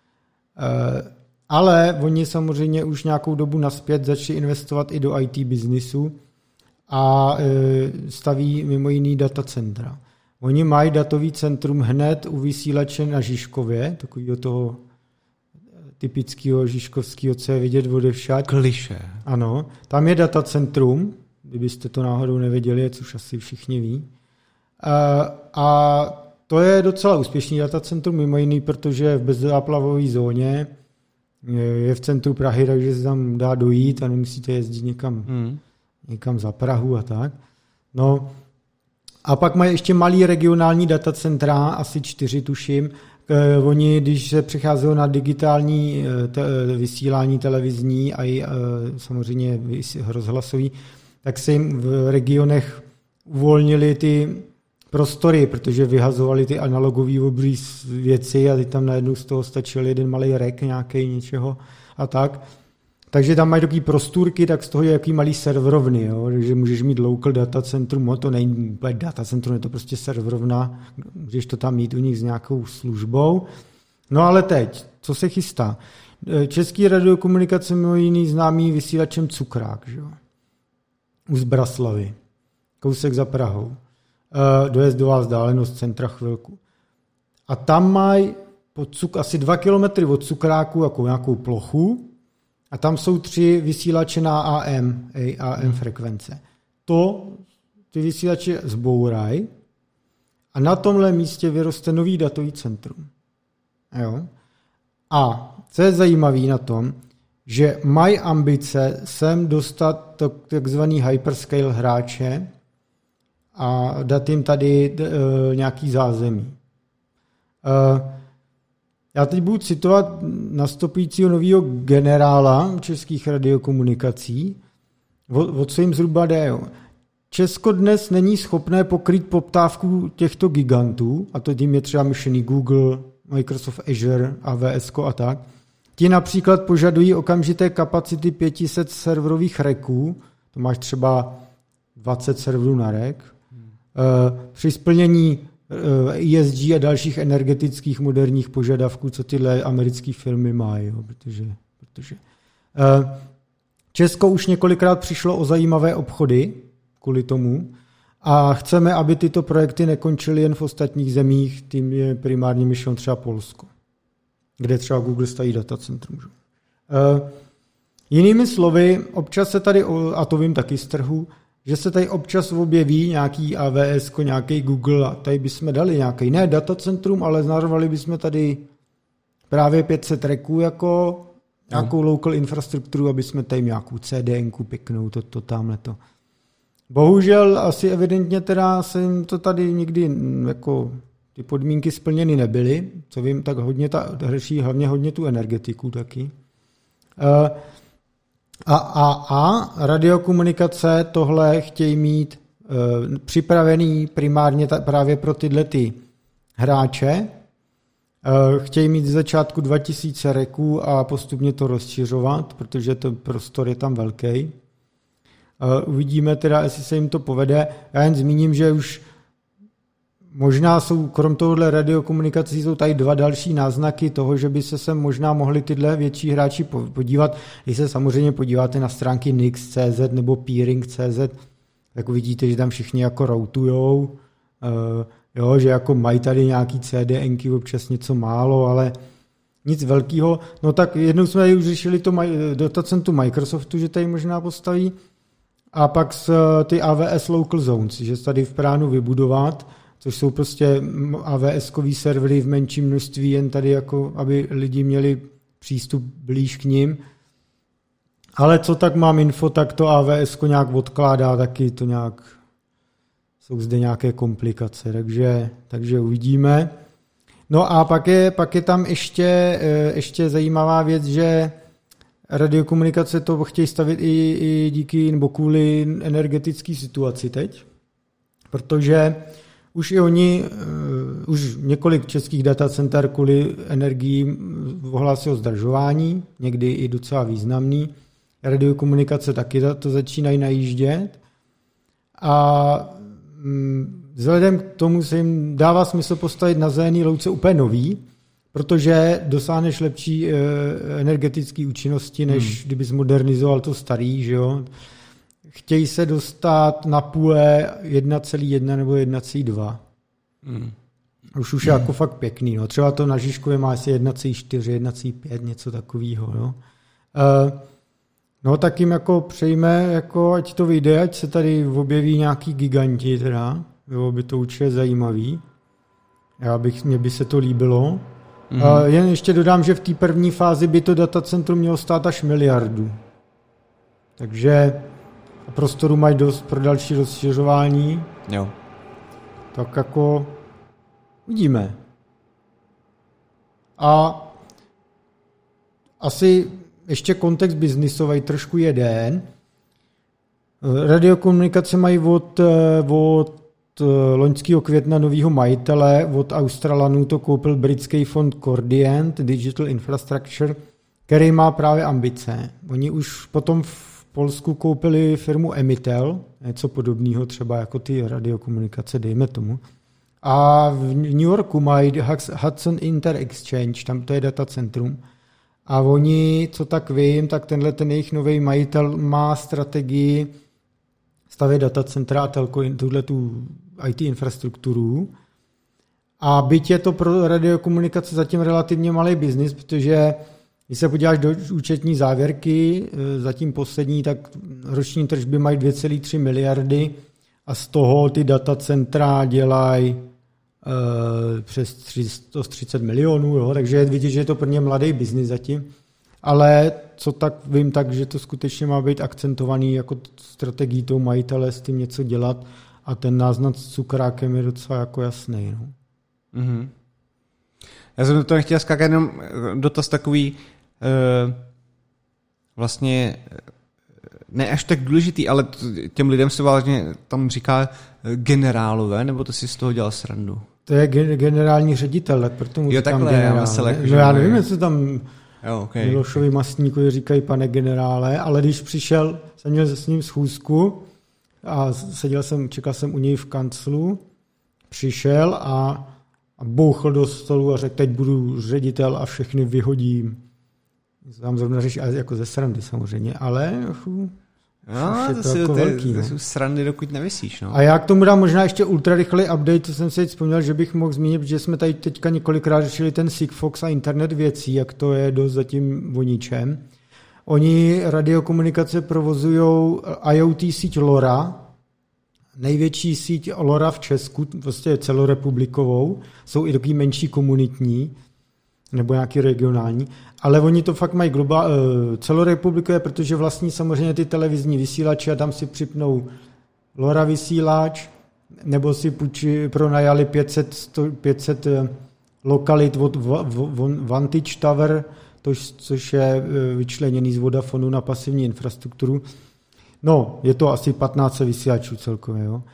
E, ale oni samozřejmě už nějakou dobu naspět začali investovat i do í té biznisu a e, staví mimo jiný datacentra. Oni mají datový centrum hned u vysílače na Žižkově, takového toho typického žižkovského, co je vidět odevšad. Kliše. Ano, tam je datacentrum, kdybyste to náhodou nevěděli, což asi všichni ví. A, a to je docela úspěšný datacentrum, mimo jiný, protože je v bezzáplavové zóně, je v centru Prahy, takže se tam dá dojít a nemusíte jezdit někam, hmm. někam za Prahu a tak. No, a pak mají ještě malý regionální datacentra, asi čtyři tuším. Oni, když se přecházelo na digitální te- vysílání televizní a i samozřejmě rozhlasový, tak se jim v regionech uvolnili ty prostory, protože vyhazovali ty analogové obří věci a teď tam najednou z toho stačil jeden malý rek nějaký něčeho a tak. Takže tam mají takový prostůrky, tak z toho je jaký malý serverovny, jo? Takže můžeš mít local datacentrum, no to není úplně datacentrum, je to prostě serverovna, můžeš to tam mít u nich s nějakou službou. No ale teď, co se chystá? Český radiokomunikace mimo jiný známý vysílačem Cukrák, že jo? U Zbraslavy, kousek za Prahou. E, dojezdová vzdálenost centra chvilku. A tam mají pod cuk, asi dva kilometry od Cukráku jako nějakou plochu, a tam jsou tři vysílače na á em, á em frekvence. To ty vysílače zbourají a na tomhle místě vyroste nový datový centrum. Jo? A co je zajímavé na tom, že mají ambice sem dostat takzvaný hyperscale hráče a dát jim tady uh, nějaký zázemí. Uh, Já teď budu citovat nastupujícího nového generála českých radiokomunikací, o, o co jim zhruba jde. Jo. Česko dnes není schopné pokrýt poptávku těchto gigantů, a to tím je třeba myšlený Google, Microsoft Azure, á vé es a tak. Ti například požadují okamžité kapacity pět set serverových reků, to máš třeba dvacet serverů na rek, hmm. Při splnění í es gé a dalších energetických moderních požadavků, co tyhle americké firmy mají. Jo, protože, protože Česko už několikrát přišlo o zajímavé obchody kvůli tomu a chceme, aby tyto projekty nekončily jen v ostatních zemích, tím je primárně myšleno třeba Polsko, kde třeba Google staví datacentrum. Jinými slovy, občas se tady, a to vím taky z trhu, že se tady občas objeví nějaký á vé es, nějaký Google a tady bychom dali nějaký, ne datacentrum, ale narvali bychom tady právě pět set reků jako nějakou no. local infrastrukturu, aby jsme tady nějakou cé dé enku pěknou, to, to tamhle to. Bohužel asi evidentně teda se jim to tady nikdy jako ty podmínky splněny nebyly, co vím, tak hodně ta řeší hlavně hodně tu energetiku taky. Uh, A, a, a radiokomunikace tohle chtějí mít e, připravený primárně ta, právě pro tyhle ty hráče. E, chtějí mít z začátku dva tisíce reků a postupně to rozšiřovat, protože to prostor je tam velký. E, uvidíme teda, jestli se jim to povede. Já jen zmíním, že už možná jsou, krom tohohle radiokomunikací, jsou tady dva další náznaky toho, že by se sem možná mohli tyhle větší hráči podívat. Když se samozřejmě podíváte na stránky nix tečka cé zet nebo peering tečka cé zet, tak uvidíte, že tam všichni jako routujou, uh, jo, že jako mají tady nějaký cé dé enky, občas něco málo, ale nic velkého. No tak jednou jsme už řešili to datacentrum Microsoftu, že tady možná postaví, a pak z ty á vé es Local Zones, že se tady v plánu vybudovat, což jsou prostě á vé eskový servery v menším množství, jen tady jako, aby lidi měli přístup blíž k nim. Ale co tak mám info, tak to A W S nějak odkládá, taky to nějak, jsou zde nějaké komplikace, takže, takže uvidíme. No a pak je, pak je tam ještě, ještě zajímavá věc, že radiokomunikace to chtějí stavit i, i díky nebo kvůli energetické situaci teď, protože už i oni, už několik českých datacenter kvůli energii ohlásí o zdražování, někdy i docela významný. Radiokomunikace taky to začínají najíždět a vzhledem k tomu se jim dává smysl postavit na zelený louce úplně nový, protože dosáhneš lepší energetické účinnosti, než hmm. kdyby zmodernizoval to starý, že jo. Chtějí se dostat na půle jedna celá jedna nebo jedna celá dva. Hmm. Už už je hmm. jako fakt pěkný. No. Třeba to na Žižkově má asi jedna celá čtyři, jedna celá pět, něco takového. No. Uh, no tak jim jako přejme, jako ať to vyjde, ať se tady objeví nějaký giganti teda. Bylo by to určitě zajímavý. Já bych, mně by se to líbilo. Hmm. Uh, jen ještě dodám, že v té první fázi by to datacentrum mělo stát až miliardu. Takže prostoru mají dost pro další rozšiřování. Jo. Tak jako uvidíme. A asi ještě kontext biznisový trošku jeden. Radiokomunikace mají od, od loňského května novýho majitele, od Australanů to koupil britský fond Cordiant Digital Infrastructure, který má právě ambice. Oni už potom v Polsku koupili firmu Emitel, něco podobného třeba jako ty radiokomunikace, dejme tomu. A v New Yorku mají Hudson Interexchange, tam to je datacentrum. A oni, co tak vím, tak tenhle ten jejich nový majitel má strategii stavět datacentra a telko, tuhle tu í té infrastrukturu. A byť je to pro radiokomunikace zatím relativně malý biznis, protože když se podíváš do účetní závěrky, zatím poslední, tak roční tržby mají dvě celé tři miliardy a z toho ty datacentra dělají uh, přes tři sta třicet milionů, jo? Takže je vidět, že je to pro ně mladý biznis zatím. Ale co tak vím, tak, že to skutečně má být akcentovaný jako strategií toho majitele s tím něco dělat a ten náznak s cukrákem je docela jako jasný. No. Mm-hmm. Já jsem to nechtěl skákat, jenom dotaz takový uh, vlastně ne až tak důležitý, ale těm lidem se vážně tam říká generálové, nebo to si z toho dělal srandu? To je generální ředitel, tak proto mu jo, říkám takhle, generál. Já myslel, no, já nevím, jestli tam jo, okay. Milošovi Masníkovi říkají pane generále, ale když přišel, jsem měl s ním schůzku a seděl jsem, čekal jsem u něj v kanclu, přišel a a bouchl do stolu a řekl, teď budu ředitel a všechny vyhodím. Tam zrovna řeší, jako ze srandy samozřejmě, ale fů, no, to, to, jako to, velký, to no. jsou srandy, dokud nevysíš. No. A já k tomu dám možná ještě ultrarychlý update, to jsem si teď vzpomněl, že bych mohl zmínit, že jsme tady teďka několikrát řešili ten Sigfox a internet věcí, jak to je dost zatím o ničem. Oni radiokomunikace provozují I O T síť LoRa, největší síť LoRa v Česku, vlastně celorepublikovou, jsou i takový menší komunitní, nebo nějaký regionální, ale oni to fakt mají globál, celorepublikové, protože vlastní samozřejmě ty televizní vysílače a tam si připnou LoRa vysílač, nebo si půjči, pronajali pět set, pět set lokalit od Vantage Tower, tož, což je vyčleněný z Vodafonu na pasivní infrastrukturu. No, je to asi patnáct vysílačů celkově. Jo.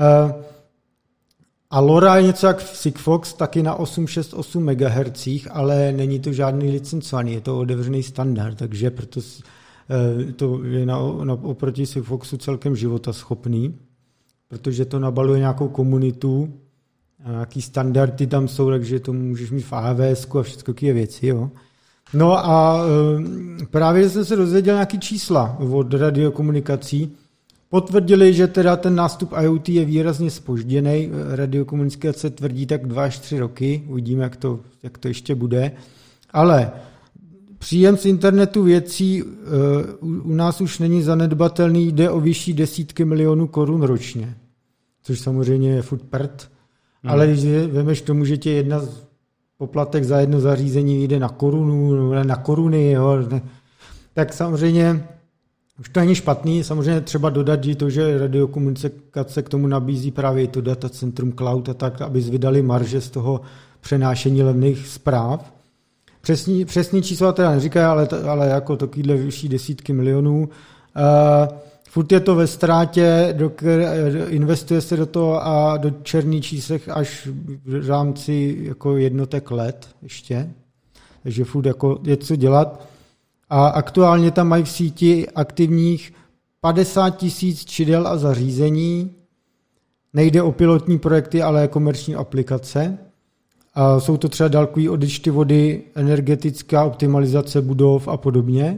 A LoRa je něco jak Sigfox, taky na osm celá šest osm megahertzů, ale není to žádný licencovaný, je to otevřený standard, takže proto to je na, na, oproti Sigfoxu celkem životaschopný, protože to nabaluje nějakou komunitu, a nějaký standardy tam jsou, takže to můžeš mít v A W S ku a všechny takové věci. Jo. No a právě jsem se dozvěděl nějaký čísla od radiokomunikací. Potvrdili, že teda ten nástup I O T je výrazně zpožděný. Radiokomunikace tvrdí tak dva až tři roky. Uvidíme, jak to, jak to ještě bude. Ale příjem z internetu věcí u nás už není zanedbatelný, jde o vyšší desítky milionů korun ročně. Což samozřejmě je furt prd. Hmm. Ale když vemeš tomu, že tě jedna z poplatek za jedno zařízení jde na korunu, na koruny, jo, tak samozřejmě Už to není špatný, samozřejmě třeba dodat i to, že radiokomunikace k tomu nabízí právě i to datacentrum cloud a tak, aby vydali marže z toho přenášení levných zpráv. Přesný, přesný čísla teda neříkají, ale, ale jako takovýhle vyšší desítky milionů. Uh, furt je to ve ztrátě, investuje se do toho a do černých číslech až v rámci jako jednotek let ještě. Takže furt jako je co dělat. A aktuálně tam mají v síti aktivních padesát tisíc čidel a zařízení. Nejde o pilotní projekty, ale komerční aplikace. A jsou to třeba dálkový odečty vody, energetická optimalizace budov a podobně.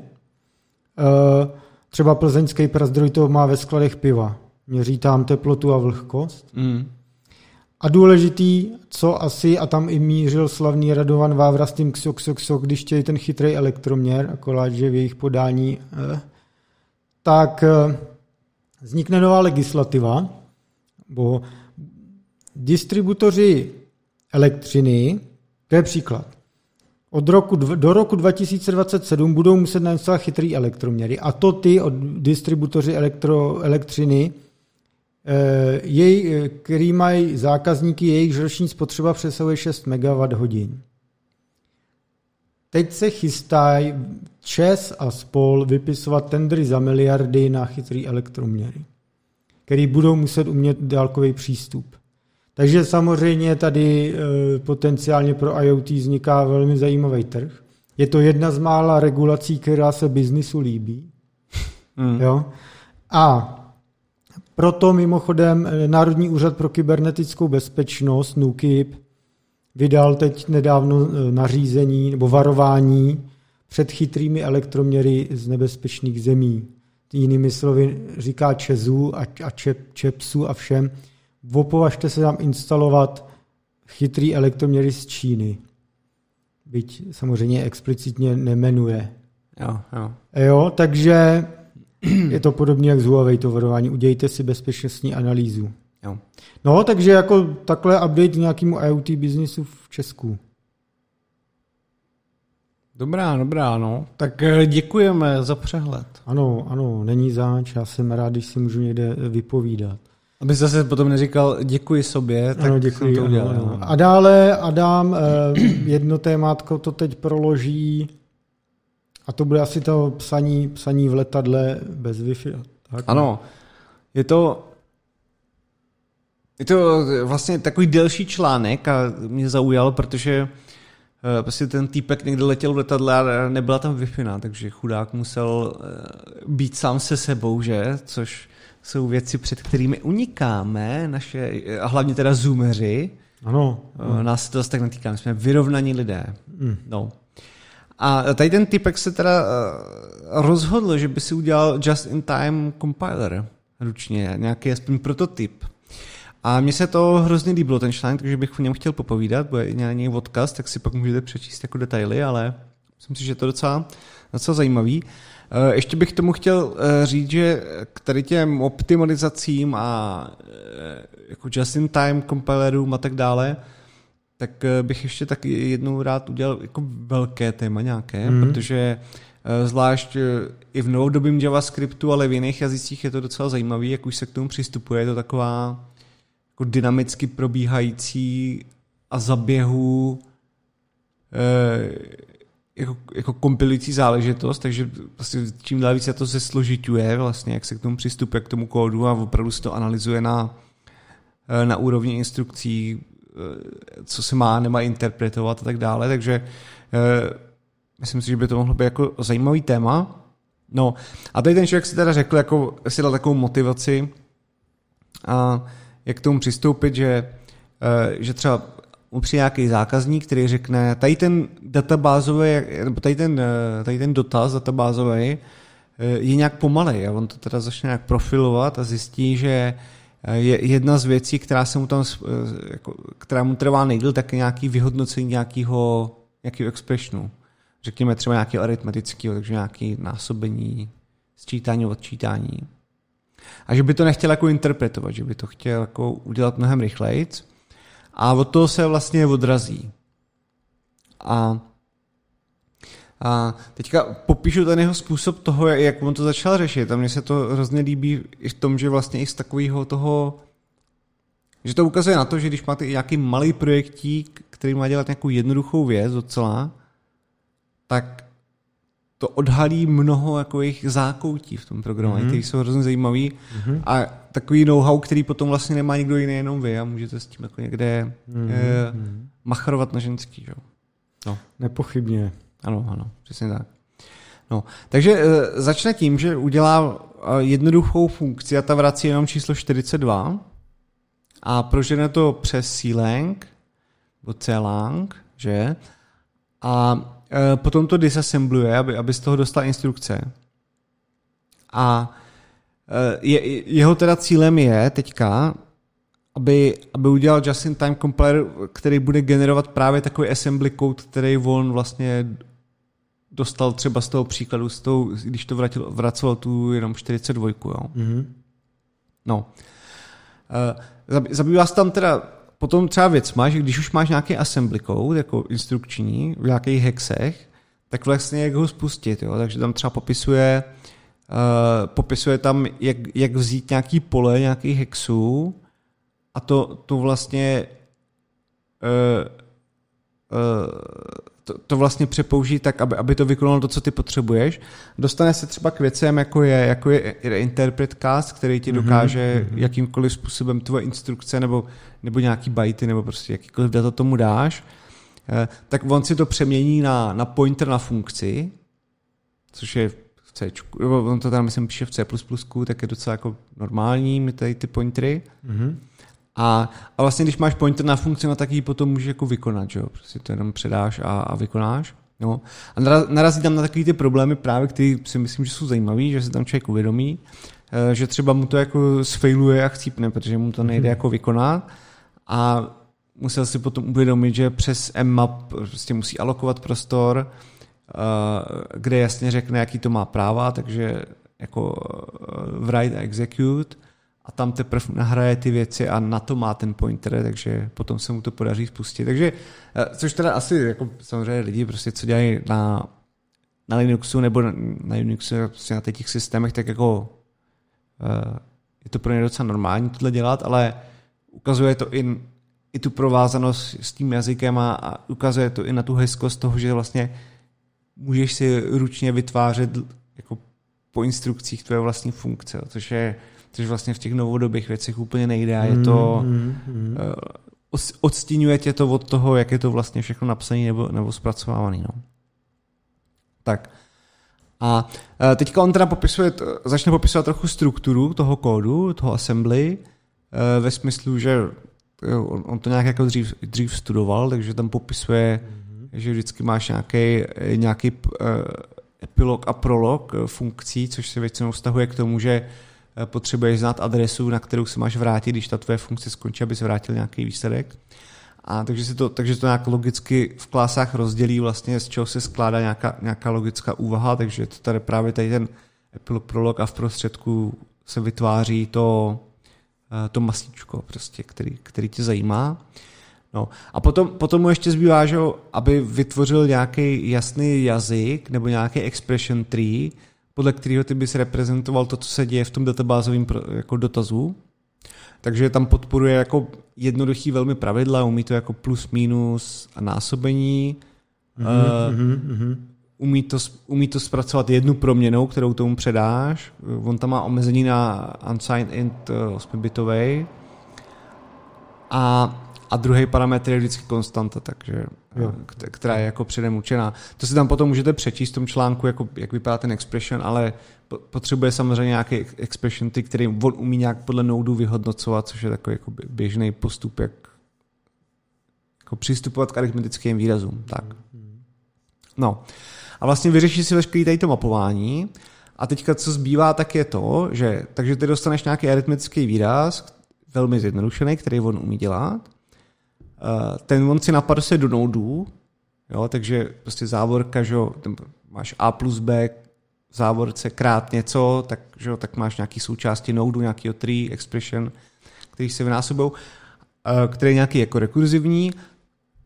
Třeba plzeňský Prazdroj to má ve skladech piva. Měří tam teplotu a vlhkost. Mm. A důležitý, co asi, a tam i mířil slavný Radovan Vávra s tím ksok, ksok, ksok, když chtěli ten chytrý elektroměr, akorát, že v jejich podání, eh, tak eh, vznikne nová legislativa, bo distributoři elektřiny, to je příklad, od roku, do roku dva tisíce dvacet sedm budou muset nainstalovat chytrý elektroměry, a to ty od distributoři elektro, elektřiny, jej, který mají zákazníky, jejich roční spotřeba přesahuje šest megawatthodin. Teď se chystají ČEZ a spol vypisovat tendry za miliardy na chytrý elektroměry, který budou muset umět dálkový přístup. Takže samozřejmě tady e, potenciálně pro IoT vzniká velmi zajímavý trh. Je to jedna z mála regulací, která se biznisu líbí. Mm. Jo? A proto mimochodem Národní úřad pro kybernetickou bezpečnost, NÚKIB, vydal teď nedávno nařízení nebo varování před chytrými elektroměry z nebezpečných zemí. Jinými slovy říká ČEZu a, a čep, ČEPSu a všem, opovažte se tam instalovat chytrý elektroměry z Číny. Byť samozřejmě explicitně nemenuje. Jo, jo. Jo, takže je to podobně jak z Huawei to varování. Udějte si bezpečnostní analýzu. Jo. No, takže jako takhle update nějakému IoT biznisu v Česku. Dobrá, dobrá, no. Tak děkujeme za přehled. Ano, ano, není zač. Já jsem rád, když si můžu někde vypovídat. Aby zase potom neříkal děkuji sobě, tak ano, děkuji, jsem to udělal. Ano, ano. A dále Adam jedno témátko to teď proloží a to bude asi to psaní, psaní v letadle bez Wi-Fi. Tak, ano, je to je to vlastně takový delší článek a mě zaujal, protože prostě ten týpek někde letěl v letadle a nebyla tam Wi-Fi, takže chudák musel být sám se sebou, že? Což jsou věci, před kterými unikáme, naše, a hlavně teda zoomeři. Ano. Nás se to zase tak netýká, my jsme vyrovnaní lidé. Mm. No. A tady ten typek se teda rozhodl, že by si udělal just-in-time compiler ručně, nějaký aspoň prototyp. A mně se to hrozně líbilo, ten článek, takže bych o něm chtěl popovídat, bude nějaký odkaz, tak si pak můžete přečíst jako detaily, ale myslím si, že je to docela, docela zajímavý. Ještě bych tomu chtěl říct, že k tady těm optimalizacím a jako just-in-time compilerům a tak dále, tak bych ještě taky jednou rád udělal jako velké téma nějaké, mm. protože zvlášť i v novodobém JavaScriptu, ale v jiných jazycích je to docela zajímavý, jak už se k tomu přistupuje, je to taková jako dynamicky probíhající a zaběhu jako, jako kompilující záležitost, takže vlastně čím dál víc se to zesložiťuje, vlastně, jak se k tomu přistupuje, k tomu kódu a opravdu se to analyzuje na, na úrovni instrukcí, co se má, nemá interpretovat a tak dále, takže myslím si, že by to mohlo být jako zajímavý téma. No a tady ten člověk si teda řekl, jako si dal takovou motivaci a jak k tomu přistoupit, že, že třeba přijde nějaký zákazník, který řekne, tady ten databázový, nebo tady ten, tady ten dotaz databázový je nějak pomalej a on to teda začne nějak profilovat a zjistí, že je jedna z věcí, která se mu tam, jako, která mu trvá nejdýl, tak je nějaký vyhodnocení nějakého, nějakého expressionu. Řekněme třeba nějakého aritmetického, takže nějaké násobení, sčítání, odčítání. A že by to nechtěl jako interpretovat, že by to chtěl jako udělat mnohem rychleji. A od toho se vlastně odrazí. A A teďka popíšu ten jeho způsob toho, jak on to začal řešit. A mně se to hrozně líbí i v tom, že vlastně i z takového toho, že to ukazuje na to, že když máte nějaký malý projektík, který má dělat nějakou jednoduchou věc docela, tak to odhalí mnoho takových zákoutí v tom programování, mm-hmm. které jsou hrozně zajímavý mm-hmm. a takový know-how, který potom vlastně nemá nikdo jiný, jenom vy a můžete s tím jako někde mm-hmm. eh, machrovat na ženský. Že? No. Nepochybně. Ano, ano, přesně tak. No, takže e, začne tím, že udělá e, jednoduchou funkci a ta vrací jenom číslo čtyřicet dva a prožene to přes C-lang, nebo C-lang, že? A e, potom to disassembluje, aby, aby z toho dostal instrukce. A e, je, jeho teda cílem je teďka, aby, aby udělal just-in-time compiler, který bude generovat právě takový assembly code, který on vlastně dostal třeba z toho příkladu, z toho, když to vratil, vracelo tu jenom čtyřicet dva. Jo. Mm-hmm. No. Zabývá se tam teda potom třeba věcma, že když už máš nějaký assembly code, jako instrukční, v nějakých hexech, tak vlastně jak ho spustit. Jo. Takže tam třeba popisuje, uh, popisuje tam, jak, jak vzít nějaký pole, nějaký hexů, a to, to vlastně uh, uh, to, to vlastně přepoužít tak, aby, aby to vykonalo to, co ty potřebuješ. Dostane se třeba k věcem, jako je, jako je interpret cast, který ti dokáže mm-hmm. jakýmkoliv způsobem tvoje instrukce nebo, nebo nějaký byty nebo prostě jakýkoliv data tomu dáš, uh, tak on si to přemění na, na pointer na funkci, což je v C, on to tam myslím píše v C plus plus, tak je docela jako normální, my tady ty pointery. Mm-hmm. A, a vlastně, když máš pointer na funkci, no, tak ji potom můžeš jako vykonat, že jo? Prostě to jenom předáš a, a vykonáš. No. A narazí tam na takový ty problémy právě, které si myslím, že jsou zajímavý, že se tam člověk uvědomí, že třeba mu to jako sfailuje a chcípne, protože mu to nejde jako vykonat a musel si potom uvědomit, že přes mmap prostě musí alokovat prostor, kde jasně řekne, jaký to má práva, takže jako write a execute, a tam teprve nahraje ty věci a na to má ten pointer, takže potom se mu to podaří spustit. Takže, což teda asi jako samozřejmě lidi, prostě, co dělají na, na Linuxu nebo na, na Unixu, prostě na těch systémech, tak jako je to pro ně docela normální tohle dělat, ale ukazuje to i, i tu provázanost s tím jazykem a, a ukazuje to i na tu hezkost toho, že vlastně můžeš si ručně vytvářet jako po instrukcích tvoje vlastní funkce, což je což vlastně v těch novodobých věcech úplně nejde a je to mm, mm, mm. odstínuje tě to od toho, jak je to vlastně všechno napsané nebo, nebo zpracovávané. No. Tak. A teďka on teda popisuje, začne popisovat trochu strukturu toho kódu, toho assembly, ve smyslu, že on, on to nějak jako dřív, dřív studoval, takže tam popisuje, mm. že vždycky máš nějaký, nějaký epilog a prolog funkcí, což se většinou vztahuje k tomu, že potřebuješ znát adresu, na kterou se máš vrátit, když ta tvoje funkce skončí, aby se vrátil nějaký výsledek. A takže se to, takže to nějak logicky v klásách rozdělí vlastně, z čeho se skládá nějaká, nějaká logická úvaha, takže to tady právě tady ten epilog, prolog a v prostředku se vytváří to, to masíčko, prostě, který, který tě zajímá. No. A potom, potom mu ještě zbývá, že, aby vytvořil nějaký jasný jazyk nebo nějaký expression tree, podle kterého ty bys reprezentoval to, co se děje v tom databázovém jako dotazu. Takže tam podporuje jako jednoduchý velmi pravidla, umí to jako plus, minus a násobení. Mm-hmm, uh, mm-hmm. Umí, to, umí to zpracovat jednu proměnou, kterou tomu předáš. On tam má omezení na unsigned int osm bitovej. A A druhý parametr je vždycky konstanta, takže, která je jako předem určená. To si tam potom můžete přečíst v tom článku, jako, jak vypadá ten expression, ale potřebuje samozřejmě nějaký expression, který on umí nějak podle nodu vyhodnocovat, což je takový jako běžný postup, jak jako přistupovat k aritmetickým výrazům. Tak. No. A vlastně vyřeší si veškerý tady to mapování a teďka, co zbývá, tak je to, že takže ty dostaneš nějaký aritmetický výraz, velmi zjednodušený, který on umí dělat. Ten on si napadl se do nodů, jo, takže prostě závorka, že máš A plus B v závorce krát něco, tak, že, tak máš nějaký součásti nodu, nějaký tree, expression, který se vynásobují, který je nějaký jako rekurzivní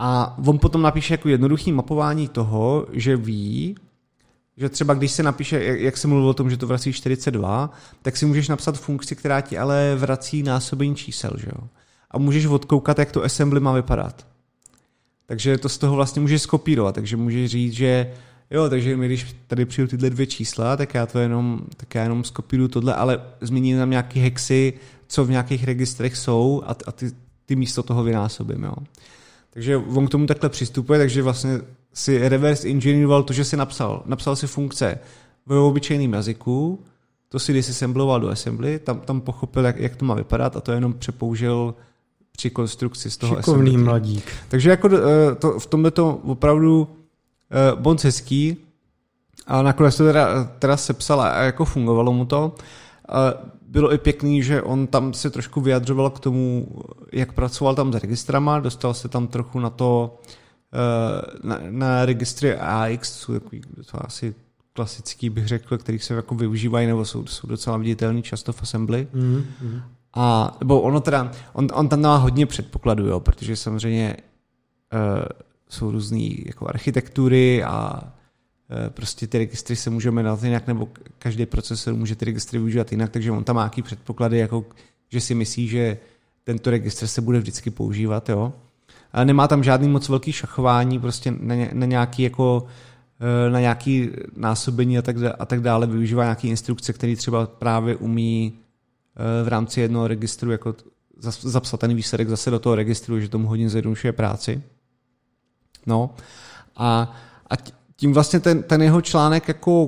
A on potom napíše jako jednoduchý mapování toho, že ví, že třeba když se napíše, jak jsem mluvil o tom, že to vrací čtyřicet dva, tak si můžeš napsat funkci, která ti ale vrací násobení čísel, že jo. A můžeš odkoukat, jak to assembly má vypadat. Takže to z toho vlastně můžeš skopírovat, takže můžeš říct, že jo, takže my když tady přijdu tyhle dvě čísla, tak já to jenom, tak já jenom skopíruju tohle, ale změním tam nějaký hexy, co v nějakých registrech jsou a, a ty, ty místo toho vynásobím, jo. Takže on k tomu takhle přistupuje, takže vlastně si reverse engineeroval to, že si napsal. Napsal si funkce v obyčejném jazyku, to si disassembloval do assembly, tam, tam pochopil, jak, jak to má vypadat a to jenom přepoužil při konstrukci z toho šikovný assembly. mladík. Takže jako to, v tomhle to opravdu uh, moc hezký a nakonec to teda, teda sepsal a jako fungovalo mu to. Uh, bylo i pěkný, že on tam se trošku vyjadřoval k tomu, jak pracoval tam s registrama, dostal se tam trochu na to, na, na registry A X, jsou takový docela asi klasický, bych řekl, kterých se jako využívají, nebo jsou, jsou docela viditelný často v assembly. Mm-hmm. A, nebo ono teda, on, on tam má hodně předpokladů, jo, protože samozřejmě uh, jsou různý jako architektury a uh, prostě ty registry se můžeme dát jinak, nebo každý procesor může ty registry využívat jinak, takže on tam má nějaký předpoklady, jako, že si myslí, že tento registr se bude vždycky používat, jo. A nemá tam žádný moc velký šachování, prostě na, ně, na nějaký jako na nějaký násobení a tak, a tak dále, využívá nějaké instrukce, které třeba právě umí v rámci jednoho registru jako zapsat ten výsledek zase do toho registru, že tomu hodně zjednodušuje práci. No a, a tím vlastně ten, ten jeho článek jako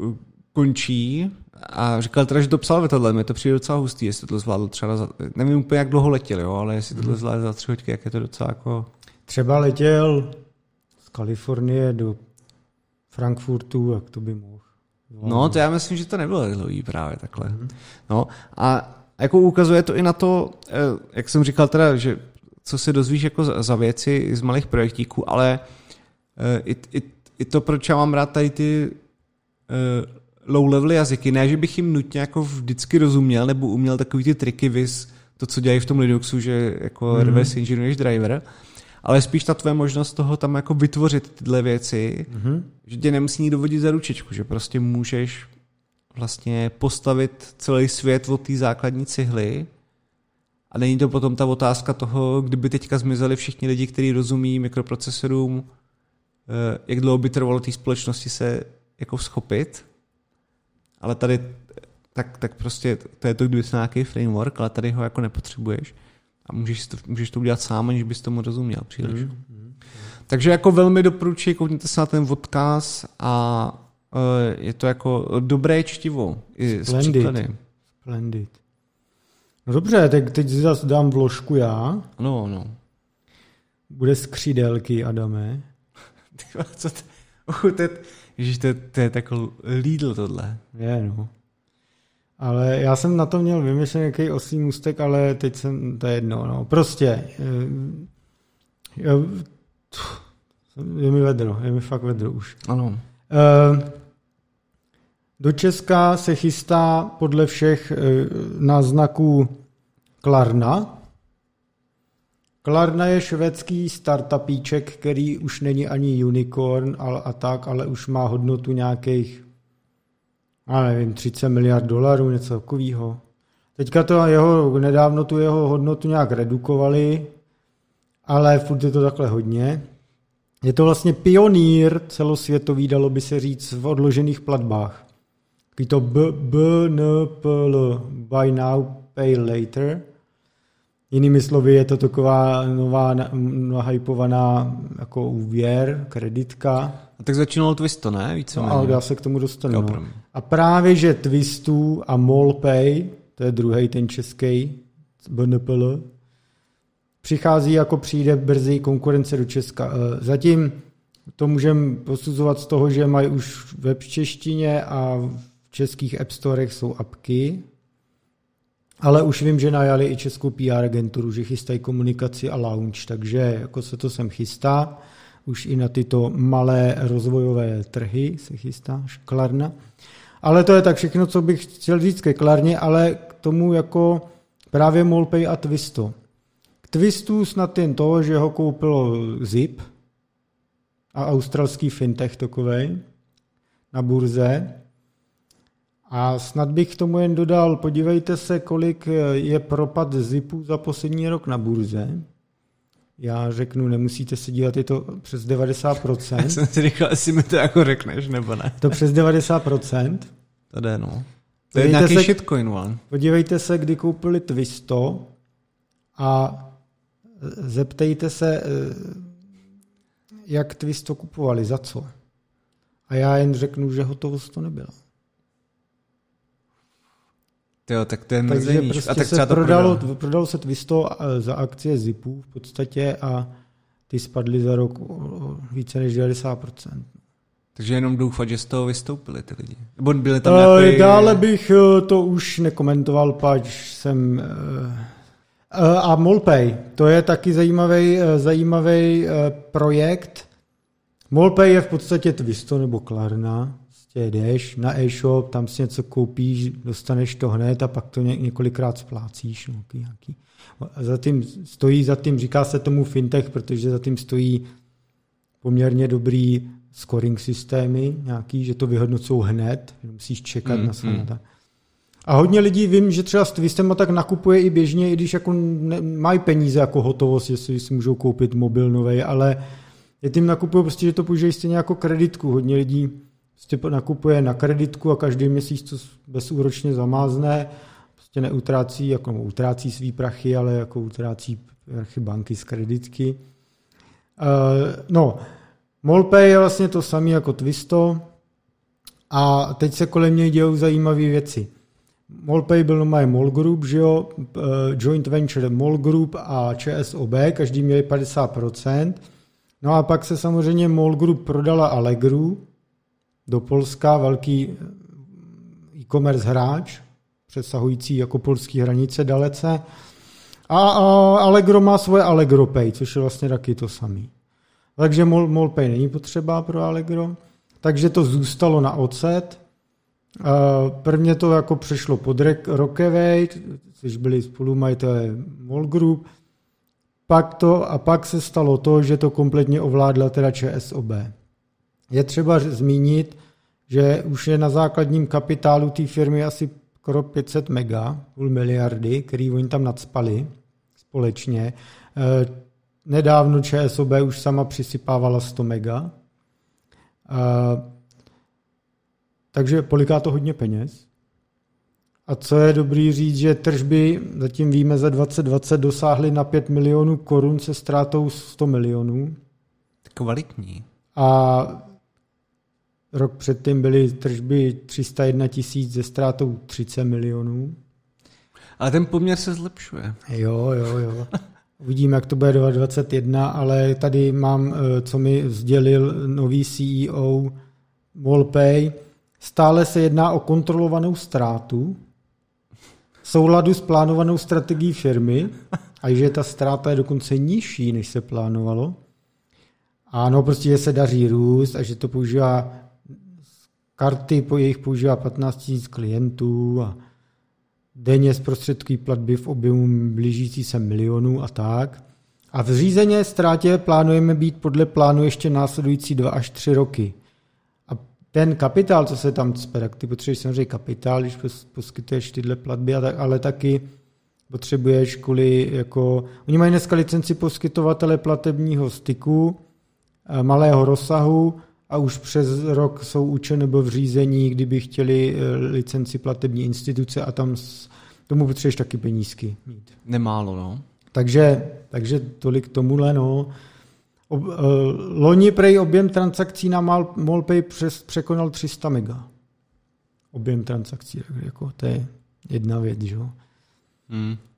končí a říkal teda, že to psal ve tohle, mi to přijde docela hustý, jestli to zvládl třeba za, nevím úplně, jak dlouho letěl, jo, ale jestli tohle zvládl za tři hoďky, jak je to docela jako... Třeba letěl z Kalifornie do Frankfurtu, jak to by mohl. No, to já myslím, že to nebylo dlouhý právě takhle. Mm. No a jako ukazuje to i na to, jak jsem říkal teda, že co se dozvíš jako za věci z malých projektíků, ale i, i, i to, proč já mám rád tady ty low-level jazyky, ne, že bych jim nutně jako vždycky rozuměl, nebo uměl takový ty triky, vis, to, co dělají v tom Linuxu, že jako mm. reverse engineeruješ driver, ale spíš ta tvoje možnost toho tam jako vytvořit tyhle věci, mm-hmm. že tě nemusí nikdo vodit za ručičku, že prostě můžeš vlastně postavit celý svět od té základní cihly a není to potom ta otázka toho, kdyby teďka zmizeli všichni lidi, kteří rozumí mikroprocesorům, jak dlouho by trvalo té společnosti se jako schopit, ale tady tak, tak prostě to je to, kdyby jsi nějaký framework, ale tady ho jako nepotřebuješ. A můžeš to, můžeš to udělat sám, aniž bys tomu rozuměl příliš. Mm, mm, Takže jako velmi doporučuji, koukněte se na ten odkaz a uh, je to jako dobré čtivo. I s příklady. Splendid. No dobře, tak teď zase dám vložku já. No, no. Bude z křídelky, Adame. Co to, uh, to, je, ježiš, to, to je tak Lidl tohle. Je, no. Ale já jsem na to měl vymyšlen nějaký osý můstek, ale teď jsem, to je jedno, no. Prostě, je, je mi vedro, je mi fakt vedro už. Ano. Do Česka se chystá podle všech náznaků Klarna. Klarna je švédský startupíček, který už není ani unicorn a, a tak, ale už má hodnotu nějakých já nevím, třicet miliard dolarů, něco takového. Teďka to jeho, nedávno tu jeho hodnotu nějak redukovali, ale furt je to takhle hodně. Je to vlastně pionýr celosvětový, dalo by se říct, v odložených platbách. Je to B N P L, Buy Now, Pay Later. Jinými slovy je to taková nová, nahypovaná jako úvěr, kreditka. A tak začínalo Twisto, ne? Více no, ale já se k tomu dostanu. No. A právě, že Twistu a MallPay, to je druhý ten český B N P L, přichází jako přijde brzy konkurence do Česka. Zatím to můžeme posuzovat z toho, že mají už web v češtině a v českých App Storech jsou apky, ale už vím, že najali i českou P R agenturu, že chystají komunikaci a launch, takže jako se to sem chystá. Už i na tyto malé rozvojové trhy se chystá Klarna. Ale to je tak všechno, co bych chtěl říct ke Klarně, ale k tomu jako právě MallPay a Twisto, K twistu snad jen to, že ho koupilo Zip a australský fintech takovej na burze. A snad bych k tomu jen dodal, podívejte se, kolik je propad Zipu za poslední rok na burze. Já řeknu, nemusíte se dívat, je to přes devadesát procent. Já jsem si říkal, jestli mi to jako řekneš, nebo ne. To přes devadesát procent. To jde, no. To je nějaký se, shitcoin, man. Podívejte se, kdy koupili Twisto a zeptejte se, jak Twisto kupovali, za co. A já jen řeknu, že hotovost to nebyla. Jo, tak to je Takže prostě a tak se třeba to prodalo, prodalo. prodalo se Twisto za akcie Zipu v podstatě a ty spadly za rok o více než devadesát procent. Takže jenom doufat, že z toho vystoupili ty lidi. Nebo byli tam uh, nějaký... Dále bych to už nekomentoval, pač jsem... Uh, uh, a MolPay, to je taky zajímavý, uh, zajímavý uh, projekt. MolPay je v podstatě Twisto nebo Klarna. Jdeš na e-shop, tam si něco koupíš, dostaneš to hned a pak to ně, několikrát splácíš. No, nějaký. A za tím stojí, za tím říká se tomu fintech, protože za tím stojí poměrně dobrý scoring systémy, nějaký, že to vyhodnocují hned, že musíš čekat mm, na samota. Mm. A hodně lidí vím, že třeba s Twistem tak nakupuje i běžně, i když jako ne, mají peníze jako hotovost, jestli si můžou koupit mobil novej, ale je tím nakupují prostě, že to použijí stejně jako kreditku. Hodně lidí prostě nakupuje na kreditku a každý měsíc to bezúročně zamázne, prostě neutrácí, jako utrácí svý prachy, ale jako utrácí prachy banky z kreditky. Uh, no, MolPay je vlastně to samé jako Twisto a teď se kolem něj dějou zajímavé věci. MolPay byl normálně MOL Group, že jo, uh, joint venture MOL Group a ČSOB, každý měli padesát procent. No a pak se samozřejmě MOL Group prodala Allegru do Polska, velký e-commerce hráč, přesahující jako polské hranice dalece. A, a Allegro má svoje Allegro Pay, což je vlastně taky to samý. Takže Mol, MolPay není potřeba pro Allegro, takže to zůstalo na ocet. Prvně to jako přešlo pod Rockaway, což byli spolumajitelé MOL Group. Pak to, a pak se stalo to, že to kompletně ovládla teda ČSOB. Je třeba zmínit, že už je na základním kapitálu té firmy asi skoro pět set mega, půl miliardy, který oni tam nacpali společně. E, nedávno ČSOB už sama přisypávala sto mega. E, takže poliká to hodně peněz. A co je dobrý říct, že tržby, zatím víme, za dvacet dvacet dosáhly na pět milionů korun se ztrátou sto milionů. Kvalitní. A rok předtím byly tržby tři sta jedna tisíc se ztrátou třicet milionů. Ale ten poměr se zlepšuje. Jo, jo, jo. Uvidíme, jak to bude dvacet jedna, ale tady mám, co mi sdělil nový C E O MolPay. Stále se jedná o kontrolovanou ztrátu v souladu s plánovanou strategií firmy a že ta ztráta je dokonce nižší, než se plánovalo. Ano, prostě, že se daří růst a že to používá karty, po jejich používá patnáct tisíc klientů a denně zprostředkují platby v objemu blížící se milionů a tak. A v řízené ztrátě plánujeme být podle plánu ještě následující dva až tři roky. A ten kapitál, co se tam cpe, tak ty potřebuješ samozřejmě kapitál, když poskytuješ tyhle platby, ale taky potřebuješ kvůli, jako, oni mají dneska licenci poskytovatele platebního styku, malého rozsahu a už přes rok jsou ČNB nebo v řízení, kdyby chtěli licenci platební instituce a tam tomu potřebuješ taky penízky mít. Nemálo, no. Takže, takže tolik tomuhle, no. Ob, uh, loni prej objem transakcí na MolPay přes, překonal tři sta mega. Objem transakcí, jako to je jedna věc, že jo. Hmm. Uh,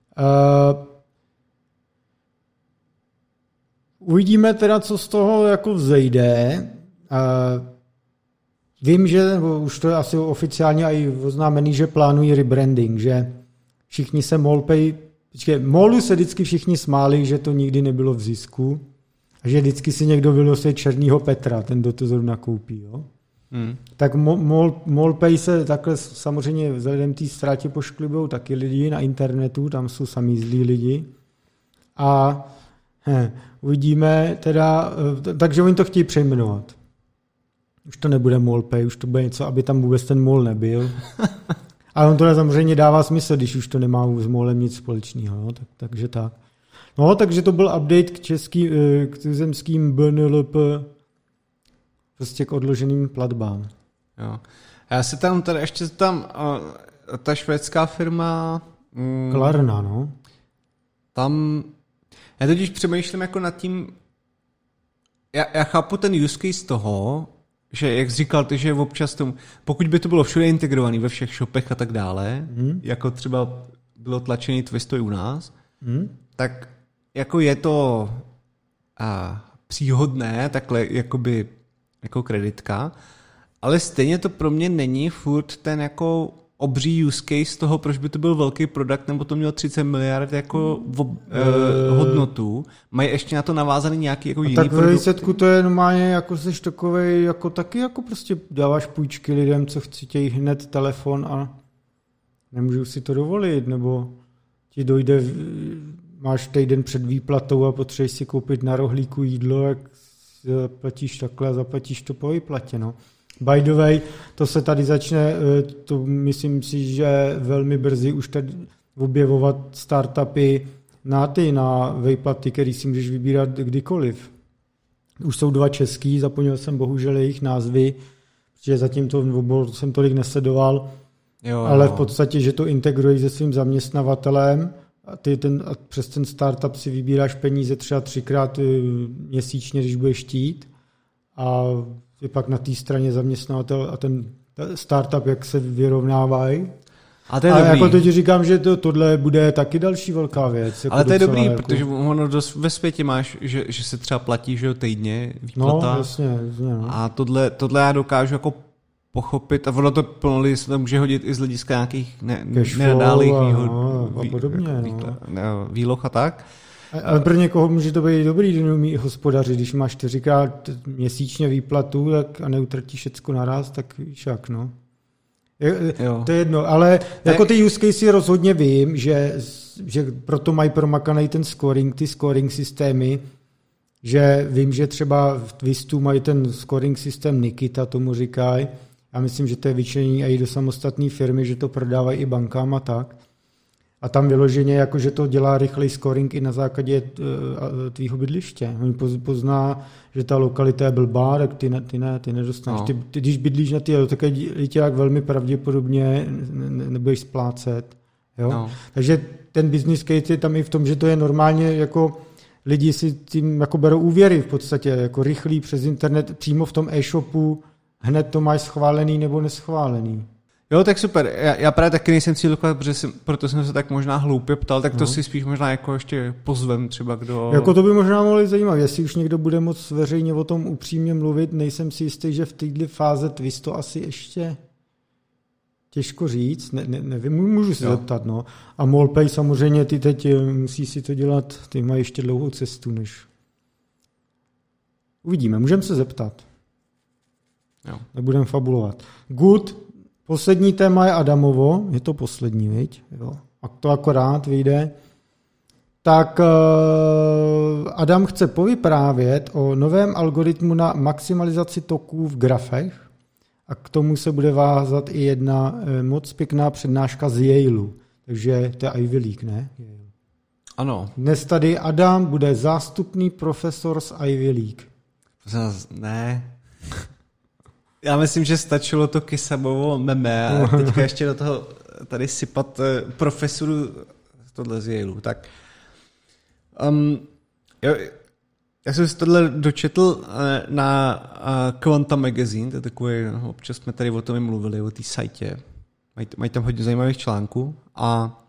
Uvidíme teda, co z toho jako vzejde. Uh, vím, že nebo už to je asi oficiálně i oznámený, že plánují rebranding, že všichni se MolPay, počkej, Molu se vždycky všichni smáli, že to nikdy nebylo v zisku a že vždycky si někdo vylosuje černýho Petra, ten, kdo to zrovna koupí. Jo? Hmm. Tak Mol, MolPay se takhle samozřejmě vzhledem té ztrátě pošklibou taky lidi na internetu, tam jsou samý zlí lidi. a he, uvidíme teda, takže oni to chtějí přejmenovat. Už to nebude MOLPay, už to bude něco, aby tam vůbec ten MOL nebyl. Ale on to samozřejmě dává smysl, když už to nemá s MOLem nic společného. No, tak, takže tak. No, takže to byl update k českým, k tuzemským B N L P, prostě k odloženým platbám. Jo. Já se tam tady ještě tam, ta švédská firma... Mm, Klarna, no. Tam, já totiž přemýšlím jako nad tím, já, já chápu ten use case toho, že jak jsi říkal ty, že občas tomu, pokud by to bylo všude integrovaný ve všech shopech a tak dále, mm. jako třeba bylo tlačený Twistoj u nás, mm. tak jako je to a, příhodné, takhle jakoby jako kreditka, ale stejně to pro mě není furt ten jako obří use case toho, proč by to byl velký produkt, nebo to mělo třicet miliard jako v, eh, hodnotu. Mají ještě na to navázaný nějaký jako jiný produkt. Tak ve výsledku to je normálně jako seš takovej, jako taky jako prostě dáváš půjčky lidem, co chtějí hned telefon a nemůžu si to dovolit, nebo ti dojde, máš týden před výplatou a potřebuješ si koupit na rohlíku jídlo, jak zaplatíš takhle a zaplatíš to po výplatě, no. By the way, to se tady začne, to myslím si, že velmi brzy už tady objevovat startupy na ty, na výplaty, který si můžeš vybírat kdykoliv. Už jsou dva český, zapomněl jsem bohužel jejich názvy, protože zatím to jsem tolik nesledoval, jo, ale jo. V podstatě, že to integrují se svým zaměstnavatelem a ty ten, a přes ten startup si vybíráš peníze třeba třikrát měsíčně, když budeš chtít a je pak na té straně zaměstnavatel a ten startup, jak se vyrovnávají. A to je a dobrý. Jako to ti říkám, že to, tohle bude taky další velká věc. Jako ale to je dobrý, jako... protože ono dost ve světě máš, že, že se třeba platí, že jo, týdně výplata. No, jasně, jasně, no. A tohle, tohle já dokážu jako pochopit a ono to plno se to může hodit i z hlediska nějakých ne, nenadálých no, a podobně, no. výloh a tak. Ale pro někoho může to být dobrý, když umí hospodařit. Když máš čtyřikrát měsíčně výplatu tak a neutratíš všecko naraz, tak víš jak, no. Je, to je jedno, ale ne. Jako ty use case rozhodně vím, že, že proto mají promakaný ten scoring, ty scoring systémy, že vím, že třeba v Twistu mají ten scoring systém Nikita, tomu říkají. Já myslím, že to je vyčlenění i do samostatné firmy, že to prodávají i bankám a tak. A tam vyloženě, jako, že to dělá rychlej scoring i na základě tvýho bydliště. On pozná, že ta lokalita je blbá, tak ty ne, ty, ne, ty nedostaneš. No. Ty, ty, když bydlíš na ty lokality, velmi pravděpodobně nebudeš splácet. Jo? No. Takže ten business case je tam i v tom, že to je normálně jako lidi si tím jako berou úvěry v podstatě, jako rychlý přes internet, přímo v tom e-shopu, hned to máš schválený nebo neschválený. Jo, tak super. Já, já právě taky nejsem cílokovat, protože jsem, proto jsem se tak možná hloupě ptal, tak to no. si spíš možná jako ještě pozvem třeba kdo... Jako to by možná mohlo zajímat, jestli už někdo bude moc veřejně o tom upřímně mluvit, nejsem si jistý, že v této fáze Twist to asi ještě těžko říct, ne, ne, nevím, můžu se jo. zeptat, no. A MOLPay samozřejmě, ty teď musí si to dělat, ty mají ještě dlouhou cestu, než... Uvidíme, můžeme se zeptat. Jo. Nebudeme fabulovat. Good. Poslední téma je Adamovo, je to poslední, viď? Jo. A to akorát vyjde. Tak uh, Adam chce povyprávět o novém algoritmu na maximalizaci toků v grafech a k tomu se bude vázat i jedna uh, moc pěkná přednáška z Yaleu. Takže to je Ivy League, ne? Ano. Dnes tady Adam bude zástupný profesor z Ivy League. Ne... Já myslím, že stačilo to Kisamovo meme a teďka ještě do toho tady sypat profesoru tohle z Yaleu. Tak um, jo, já jsem si tohle dočetl na Quanta Magazine, to je takový, no, občas jsme tady o tom mluvili, o té sajtě. Mají, mají tam hodně zajímavých článků a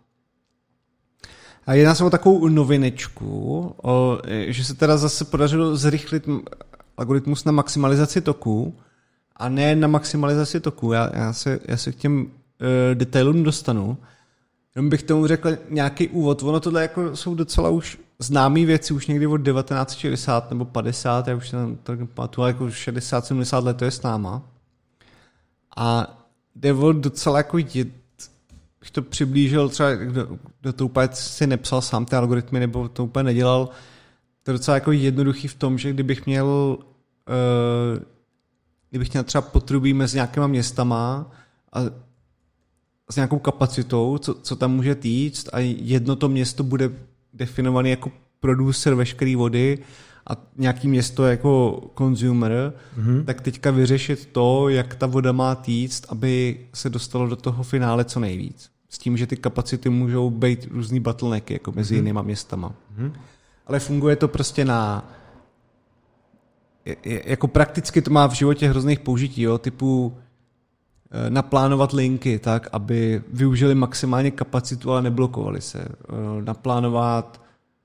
a jedná se o takovou novinečku, o, že se teda zase podařilo zrychlit algoritmus na maximalizaci toků, a ne na maximalizaci toku. Já, já, se, já se k těm uh, detailům dostanu. Jenom bych tomu řekl nějaký úvod. Ono tohle jako jsou docela už známý věci, už někdy od devatenáct set šedesát nebo padesát, já už tam tak pamatuju, ale jako šedesát sedmdesát let to je s náma. A jde o docela jako jed, bych to přiblížil třeba, kdo, kdo to úplně si nepsal sám ty algoritmy, nebo to úplně nedělal, to je docela jako jednoduchý v tom, že kdybych měl uh, kdybych měl třeba potrubí mezi nějakýma městama a s nějakou kapacitou, co, co tam může týct a jedno to město bude definovaný jako producer veškeré vody a nějaký město jako consumer, mm-hmm. tak teďka vyřešit to, jak ta voda má týct, aby se dostalo do toho finále co nejvíc. S tím, že ty kapacity můžou být různý bottlenecky jako mezi mm-hmm. jinýma městama. Mm-hmm. Ale funguje to prostě na jako prakticky to má v životě hrozných použití, jo, typu naplánovat linky tak, aby využili maximálně kapacitu, ale neblokovali se. Naplánovat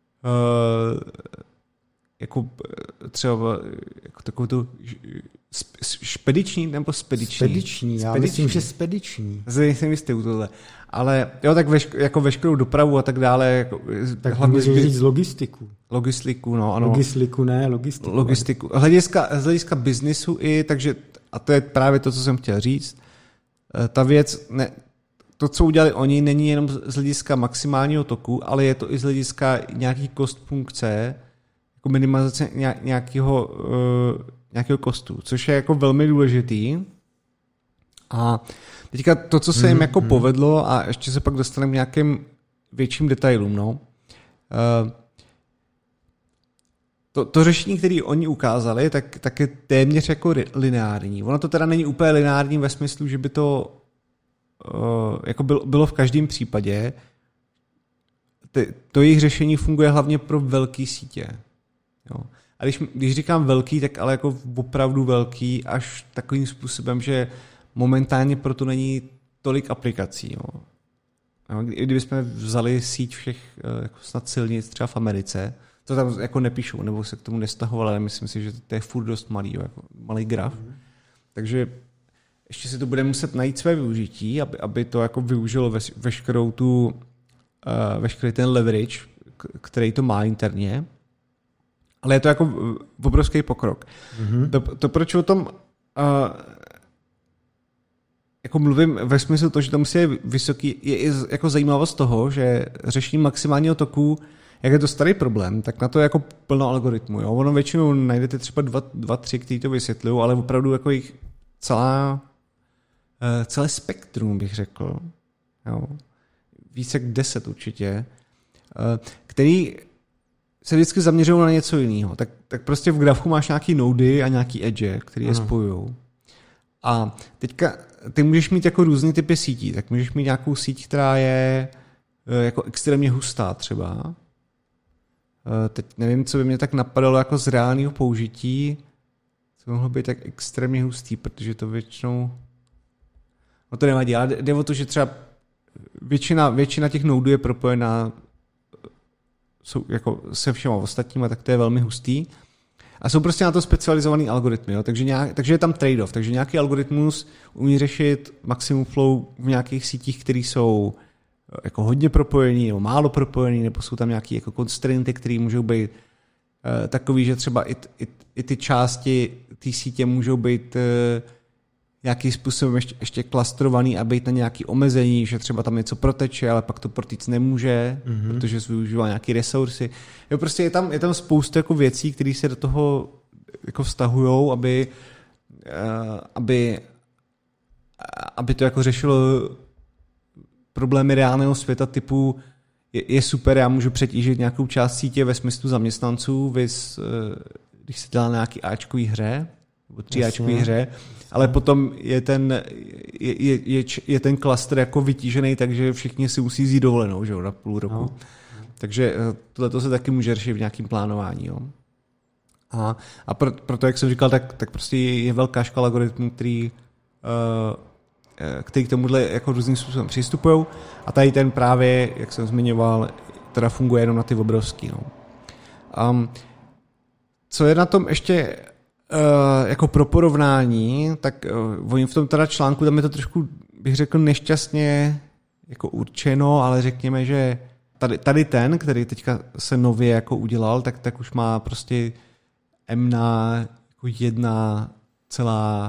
jako třeba jako takovou tu špediční nebo spediční? Spediční, já spediční. Myslím, že spediční. Jsem jistý u tohle. Ale jo, tak veš, jako veškerou dopravu a tak dále. Jako, tak hlavně říct logistiku. Logistiku, no ano. Logistiku, ne, logistiku. Logistiku. Hlediska, z hlediska biznisu i, takže, a to je právě to, co jsem chtěl říct, ta věc, ne, to, co udělali oni, není jenom z hlediska maximálního toku, ale je to i z hlediska nějaký kost funkce, jako minimalizace nějakého, uh, nějakého kostu, což je jako velmi důležitý. A teďka to, co se jim mm, jako mm. povedlo, a ještě se pak dostaneme k nějakým větším detailům, no. Uh, to, to řešení, které oni ukázali, tak, tak je téměř jako lineární. Ono to teda není úplně lineární ve smyslu, že by to uh, jako bylo, bylo v každém případě. Ty, to jejich řešení funguje hlavně pro velké sítě. Jo. A když, když říkám velký, tak ale jako opravdu velký, až takovým způsobem, že momentálně proto není tolik aplikací. Jo. Jo, kdybychom vzali síť všech jako snad silnic třeba v Americe, to tam jako nepíšou, nebo se k tomu nestahovali, ale myslím si, že to je furt dost malý, jako malý graf. Mm. Takže ještě si to bude muset najít své využití, aby, aby to jako využilo veš, veškerou tu, uh, veškerý ten leverage, který to má interně. Ale je to jako obrovský pokrok. Mm-hmm. To, to, proč o tom uh, jako mluvím ve smyslu to, že to musí být vysoký, je i jako zajímavost toho, že řešení maximálního toku, jak je to starý problém, tak na to je jako plno algoritmů. Jo? Ono většinou najdete třeba dva, dva tři, který to vysvětlují, ale opravdu jako jich celá, uh, celé spektrum, bych řekl. Jo? Více jak deset určitě. Uh, který se vždycky zaměřují na něco jiného. Tak, tak prostě v grafu máš nějaký nody a nějaký edge, který je spojují. A teďka ty můžeš mít jako různý typy sítí. Tak můžeš mít nějakou síť, která je jako extrémně hustá třeba. Teď nevím, co by mě tak napadalo jako z reálného použití. Co mohlo být tak extrémně hustý, protože to většinou... No to nevadí, ale jde o to, že třeba většina, většina těch nodů je propojená jsou jako se všema ostatníma, tak to je velmi hustý. A jsou prostě na to specializovaný algoritmy, jo? Takže, nějak, takže je tam trade-off. Takže nějaký algoritmus umí řešit maximum flow v nějakých sítích, které jsou jako hodně propojený, nebo málo propojený, nebo jsou tam nějaké jako constrainty, které můžou být uh, takový, že třeba i, i, i ty části té sítě můžou být uh, nějakým způsobem ještě, ještě klastrovaný a být na nějaké omezení, že třeba tam něco proteče, ale pak to protéct nemůže, mm-hmm. protože se využívá nějaké resursy. Jo, prostě je tam, je tam spousta jako věcí, které se do toho jako vztahujou, aby, uh, aby, aby to jako řešilo problémy reálného světa typu je, je super, já můžu přetížit nějakou část sítě ve smyslu zaměstnanců, vys, uh, když se dělá na nějaký áčkový hře, nebo tříáčkový hře, ale potom je ten, je, je, je, je ten klaster jako vytížený, takže všichni si musí vzít dovolenou, že jo, na půl roku. No. Takže tohle se taky může řešit v nějakém plánování. Jo. A, a pro, proto, jak jsem říkal, tak, tak prostě je velká škala algoritmů, který, uh, který k tomuhle jako různým způsobem přistupují. A tady ten právě, jak jsem zmiňoval, teda funguje jenom na ty obrovský. No. Um, co je na tom ještě Uh, jako pro porovnání, tak uh, oni v tom teda článku, tam je to trošku, bych řekl, nešťastně jako určeno, ale řekněme, že tady, tady ten, který teďka se nově jako udělal, tak, tak už má prostě M na jako jedna celá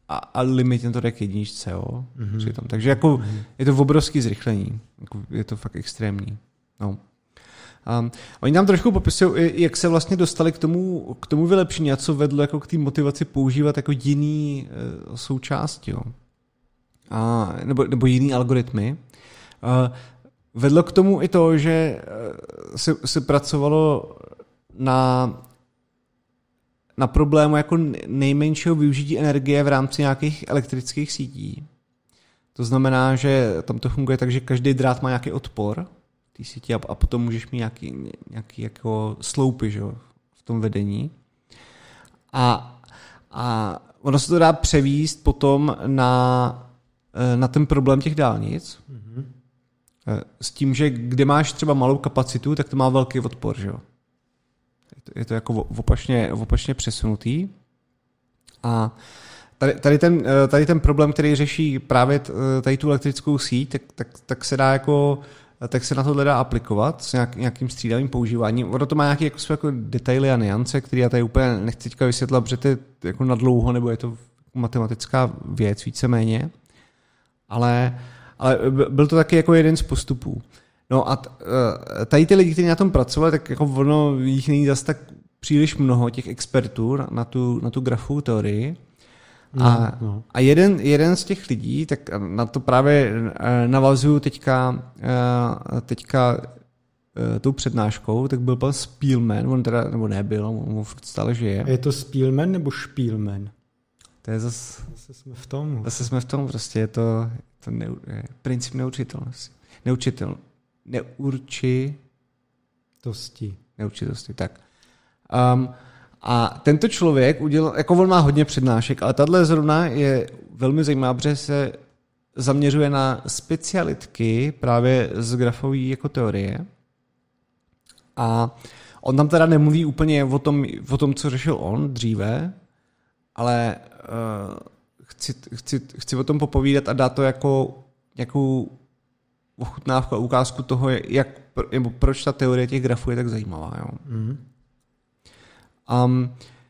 a, a limit to jde k jedničce, jo. Mm-hmm. Takže jako mm-hmm. je to obrovský zrychlení. Jako je to fakt extrémní. No. Um, oni nám trošku popisují, jak se vlastně dostali k tomu, k tomu vylepšení a co vedlo jako k té motivaci používat jako jiný uh, součásti, jo. A, nebo, nebo jiný algoritmy. Uh, vedlo k tomu i to, že uh, se, se pracovalo na, na problému jako nejmenšího využití energie v rámci nějakých elektrických sítí. To znamená, že tam to funguje tak, že každý drát má nějaký odpor té síti a, a potom můžeš mít nějaký, nějaký jako sloupy, že, v tom vedení. A, a ono se to dá převíst potom na, na ten problém těch dálnic. Mm-hmm. S tím, že kde máš třeba malou kapacitu, tak to má velký odpor. Že? Je, to, je to jako opačně, opačně přesunutý. A Tady, tady, ten, tady ten problém, který řeší právě tady tu elektrickou síť, tak, tak, tak se dá jako, tak se na tohle dá aplikovat s nějak, nějakým střídavým používáním. Ono to má nějaké jako, jako detaily a nuance, které já tady úplně nechci teďka vysvětlit, protože to je jako na dlouho, nebo je to matematická věc víceméně. Ale, ale byl to taky jako jeden z postupů. No a tady ty lidi, kteří na tom pracovali, tak jako ono jich není zase tak příliš mnoho, těch expertů na, na, tu, na tu grafovou teorii. A, no, no. a jeden, jeden z těch lidí, tak na to právě navazuju teďka, teďka tou přednáškou, tak byl pan Spielman, on teda, nebo nebyl, on stále žije. Je to Spielman nebo Spielman? To je zase... Zase jsme v tom. Zase jsme v tom, prostě je to, to ne, je princip neučitelnosti. Neučitel. Neurčitosti. Neurčitosti, tak. Um, A tento člověk udělal, jako on má hodně přednášek, ale tahle zrovna je velmi zajímavá, protože se zaměřuje na specialitky právě z grafové jako teorie. A on tam teda nemluví úplně o tom, o tom co řešil on dříve, ale uh, chci, chci, chci o tom popovídat a dát to jako nějakou ochutnávku a ukázku toho, jak, nebo proč ta teorie těch grafů je tak zajímavá. Jo. Mm. Um,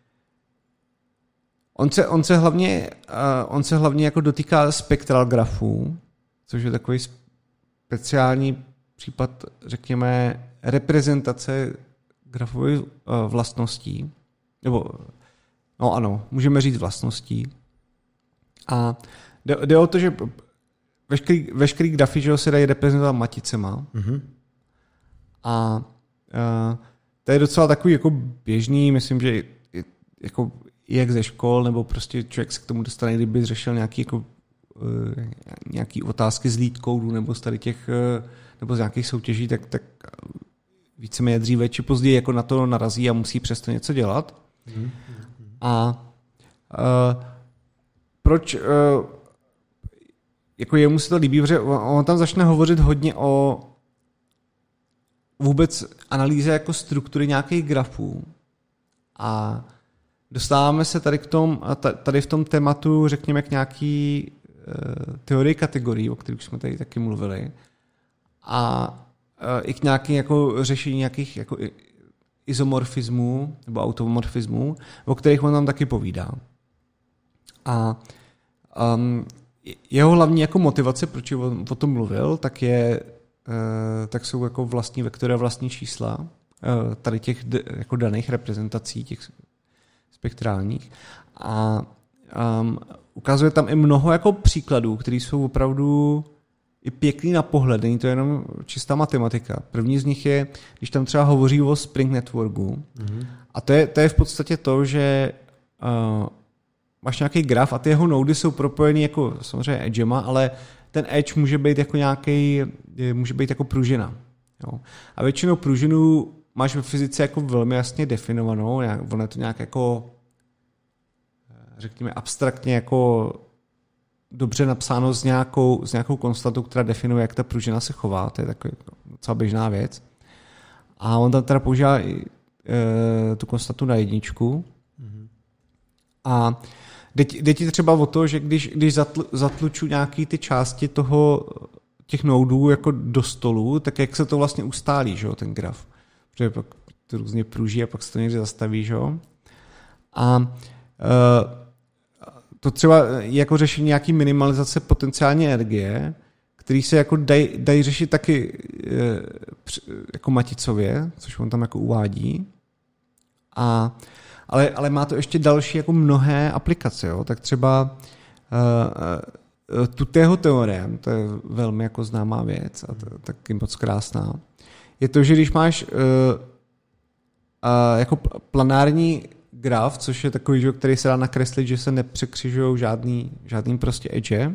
on, se, on, se hlavně, uh, on se hlavně jako dotýká spektral grafů, což je takový speciální případ, řekněme, reprezentace grafových uh, vlastností. Nebo, no ano, můžeme říct vlastností. A jde, jde o to, že veškerý, veškerý grafy, že se dají reprezentovat maticema. Mm-hmm. A uh, to je docela takový jako běžný, myslím, že jako jak ze škol, nebo prostě člověk se k tomu dostane, kdyby řešil nějaký, jako, nějaký otázky z lead codu, nebo z tady těch, nebo z nějakých soutěží, tak, tak víceméně dříve či později jako na to narazí a musí přesto něco dělat. Mm-hmm. A uh, proč uh, jako jemu se to líbí, protože on tam začne hovořit hodně o vůbec analýze jako struktury nějakých grafů. A dostáváme se tady, k tom, tady v tom tématu, řekněme, k nějaký uh, teorii kategorií, o kterých jsme tady taky mluvili. A uh, i k nějakým jako řešení nějakých jako izomorfismů nebo automorfismů, o kterých on tam taky povídá. A um, jeho hlavní jako motivace, proč on o tom mluvil, tak je Uh, tak jsou jako vlastní vektory a vlastní čísla uh, tady těch d- jako daných reprezentací, těch spektrálních. A um, ukazuje tam i mnoho jako příkladů, které jsou opravdu i pěkný na pohled, není to jenom čistá matematika. První z nich je, když tam třeba hovoří o Spring Networku, mm-hmm. a to je, to je v podstatě to, že uh, máš nějaký graf a ty jeho noudy jsou propojený jako samozřejmě edgema, ale ten edge může být jako nějaký, může být jako pružina. Jo. A většinou pružinu máš ve fyzice jako velmi jasně definovanou, ono je to nějak jako, řekněme, abstraktně jako dobře napsáno s nějakou, s nějakou konstantou, která definuje, jak ta pružina se chová, to je taková docela běžná věc. A on tam teda používá e, tu konstantu na jedničku. Mm-hmm. A Jde ti třeba o to, že když, když zatl, zatluču nějaký ty části toho, těch noudů jako do stolu, tak jak se to vlastně ustálí, že, ten graf. Protože pak to různě pruží a pak se to někde zastaví. Že? A uh, to třeba jako řešení nějaký minimalizace potenciální energie, který se jako dají daj řešit taky jako maticově, což on tam jako uvádí. A, ale, ale má to ještě další jako mnohé aplikace. Jo? Tak třeba uh, Tutého teorem, to je velmi jako známá věc a to, taky moc krásná, je to, že když máš uh, uh, jako planární graf, což je takový, že, který se dá nakreslit, že se nepřekřižují žádný, žádný prostě edge,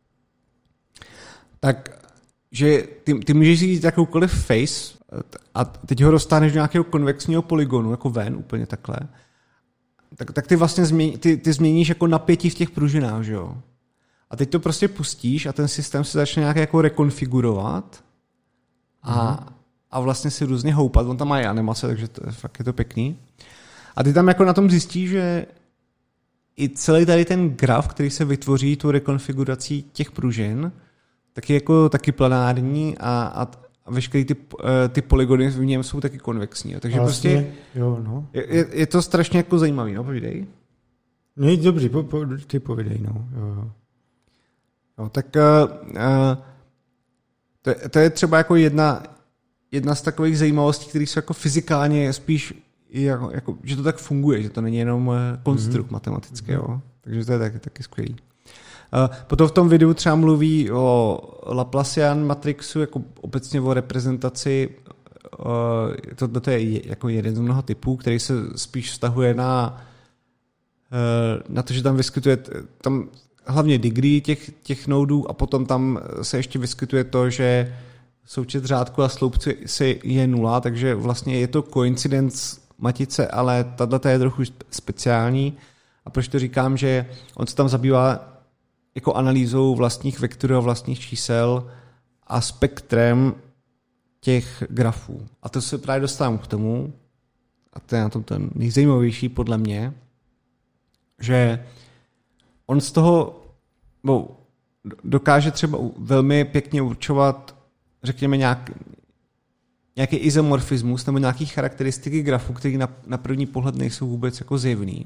tak že ty, ty můžeš jít jakoukoliv face a teď ho dostáneš do nějakého konvexního polygonu, jako ven, úplně takhle, tak, tak ty vlastně změní, ty, ty změníš jako napětí v těch pružinách, že jo? A teď to prostě pustíš a ten systém se začne nějak jako rekonfigurovat a, mm. a vlastně si různě houpat. On tam má i animace, takže to, fakt je to pěkný. A ty tam jako na tom zjistíš, že i celý tady ten graf, který se vytvoří tou rekonfigurací těch pružin, tak je jako taky planární a, a, a veškerý ty, ty polygony v něm jsou taky konvexní. Jo. Takže vlastně, prostě jo, no. je, je to strašně jako zajímavý, no, povídej. No dobře, po, po, ty povídej, no. Jo, jo. No, tak uh, uh, to, je, to je třeba jako jedna, jedna z takových zajímavostí, které jsou jako fyzikálně spíš, jako, jako, že to tak funguje, že to není jenom konstrukt mm-hmm. matematický, jo. Takže to je taky, taky skvělý. Uh, potom v tom videu třeba mluví o Laplacian matrixu, jako obecně o reprezentaci, uh, to, to je jako jeden z mnoha typů, který se spíš vztahuje na, uh, na to, že tam vyskytuje tam hlavně degree těch, těch nodů a potom tam se ještě vyskytuje to, že součet řádku a sloupci je nula, takže vlastně je to coincidence matice, ale tato je trochu speciální. A proč to říkám, že on se tam zabývá jako analýzou vlastních vektorů a vlastních čísel a spektrem těch grafů. A to se právě dostávám k tomu, a to je na tom ten nejzajímavější podle mě, že on z toho bo, dokáže třeba velmi pěkně určovat, řekněme, nějak, nějaký izomorfismus nebo nějaký charakteristiky grafu, které na, na první pohled nejsou vůbec jako zjevný.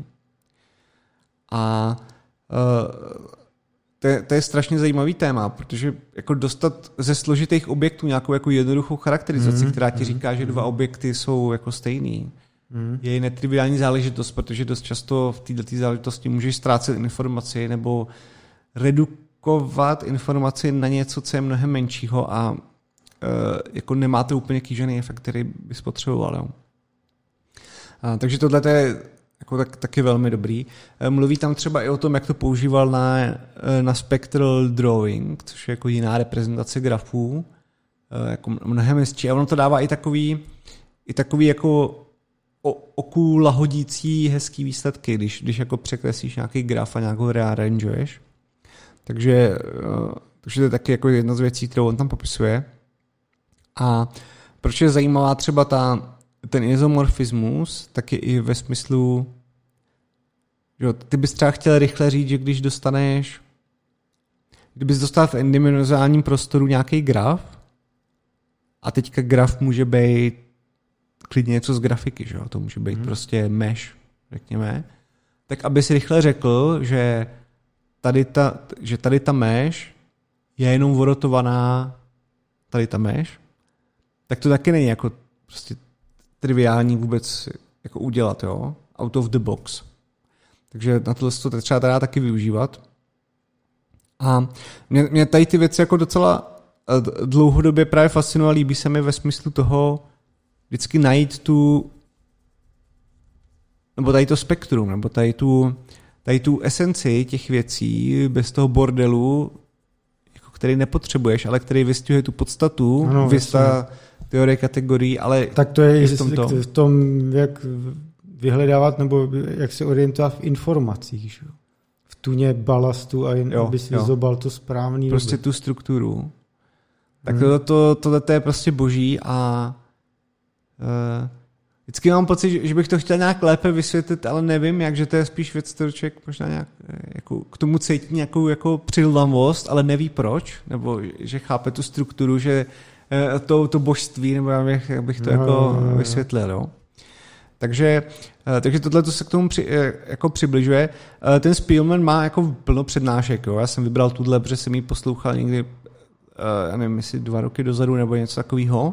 A uh, to je, to je strašně zajímavý téma, protože jako dostat ze složitých objektů nějakou jako jednoduchou charakterizaci, mm, která ti mm, říká, že dva objekty jsou jako stejný, mm. je netriviální záležitost, protože dost často v této záležitosti můžeš ztrácet informaci nebo redukovat informaci na něco, co je mnohem menšího a uh, jako nemá to úplně kýžený efekt, který bys potřeboval. Jo. A, takže tohle je jako tak, taky velmi dobrý. Mluví tam třeba i o tom, jak to používal na, na spectral drawing, což je jako jiná reprezentace grafů, jako mnohem hezčí. A ono to dává i takový, i takový jako oku lahodící hezký výsledky, když, když jako překreslíš nějaký graf a nějak ho rearrangeuješ. Takže, takže to je taky jako jedna z věcí, kterou on tam popisuje. A proč je zajímavá třeba ta ten izomorfismus, tak je i ve smyslu, že ty bys třeba chtěl rychle říct, že když dostaneš, kdybys dostal v n-dimenziálním prostoru nějaký graf a teďka graf může být klidně něco z grafiky, že to může být hmm. prostě mesh, řekněme, tak abys rychle řekl, že tady ta, že tady ta mesh je jenom vorotovaná tady ta mesh, tak to taky není jako prostě triviální vůbec jako udělat, jo? Out of the box. Takže na tohle to třeba teda taky využívat. A mě, mě tady ty věci jako docela dlouhodobě právě fascinovaly, líbí se mi ve smyslu toho vždycky najít tu nebo tady to spektrum, nebo tady tu, tady tu esenci těch věcí bez toho bordelu, jako který nepotřebuješ, ale který vystihuje tu podstatu, ano, vysta teorie kategorií, ale tak to je v tom, to. v tom, jak vyhledávat nebo jak se orientovat v informacích. Že? V tuně balastu a jen, jo, aby si jo. zobal to správný. Prostě doby. Tu strukturu. Tak hmm. tohle to, to, to je prostě boží a uh, vždycky mám pocit, že bych to chtěl nějak lépe vysvětlit, ale nevím, jak, že to je spíš věc, kterou člověk možná nějak jako, k tomu cítí nějakou jako přilnavost, ale neví proč, nebo že chápe tu strukturu, že to, to božství, nebo jak bych to no, jako no, no. vysvětlil. Jo. Takže, takže tohle se k tomu při, jako přibližuje. Ten Spielman má jako plno přednášek. Jo? Já jsem vybral tuhle, protože jsem ji poslouchal někdy, já nevím, jestli dva roky dozadu nebo něco takového.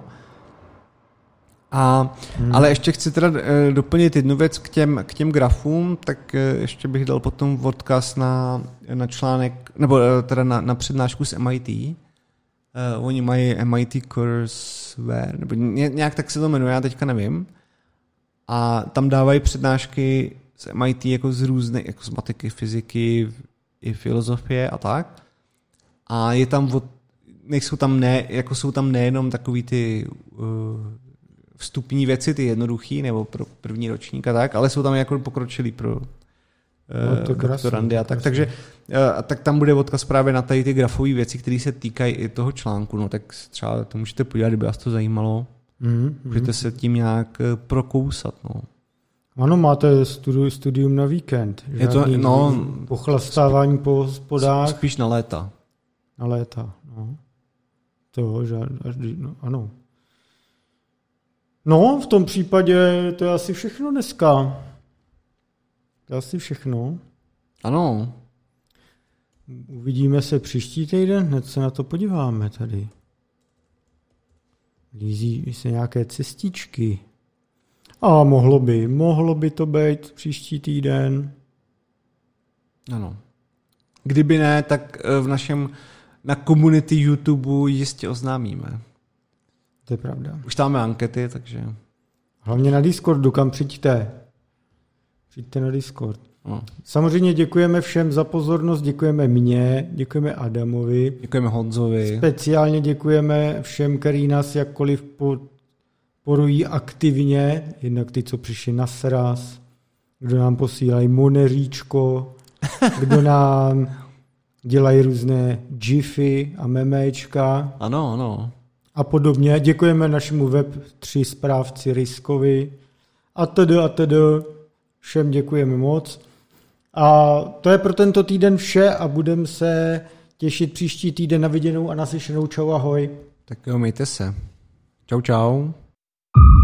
A, hmm. Ale ještě chci teda doplnit jednu věc k těm, k těm grafům, tak ještě bych dal potom odkaz na, na článek, nebo teda na, na přednášku z M I T. Uh, oni mají M I T Courseware, nebo nějak tak se to jmenuje, já teďka nevím. A tam dávají přednášky z M I T jako z různých, jako z matiky, fyziky i filozofie a tak. A je tam, nejsou tam ne, jako jsou tam nejenom takový ty uh, vstupní věci, ty jednoduchý, nebo pro první ročník a tak, ale jsou tam jako pokročilý pro uh, doktorandy a tak. Takže uh, tak tam bude odkaz právě na tady ty grafové věci, které se týkají i toho článku. No tak třeba to můžete podívat, kdyby vás to zajímalo. Mm, můžete mm. se tím nějak prokousat. No. Ano, máte studi- studium na víkend. Je to, no, pochlastávání spíš, po hospodách. Spíš na léta. Na léta, no. To, že, no, ano. No, v tom případě to je asi všechno dneska. To je asi všechno. Ano. Uvidíme se příští týden, hned se na to podíváme tady. Lízí se nějaké cestičky. A mohlo by, mohlo by to být příští týden. Ano. Kdyby ne, tak v našem, na komunity YouTube jistě oznámíme. To je pravda. Už tam máme ankety, takže... Hlavně na Discordu, kam přijďte. Přijďte na Discord. No. Samozřejmě děkujeme všem za pozornost, děkujeme mně, děkujeme Adamovi. Děkujeme Honzovi. Speciálně děkujeme všem, který nás jakkoliv podporují aktivně, jednak ty, co přišli na sraz, kdo nám posílají moneříčko, kdo nám dělají různé gify a memečka. Ano, ano. A podobně. Děkujeme našemu web tři správci Riskovi a tedy a tedy. Všem děkujeme moc. A to je pro tento týden vše a budeme se těšit příští týden na viděnou a naslyšenou. Čau, ahoj. Tak jo, mějte se. Čau, čau.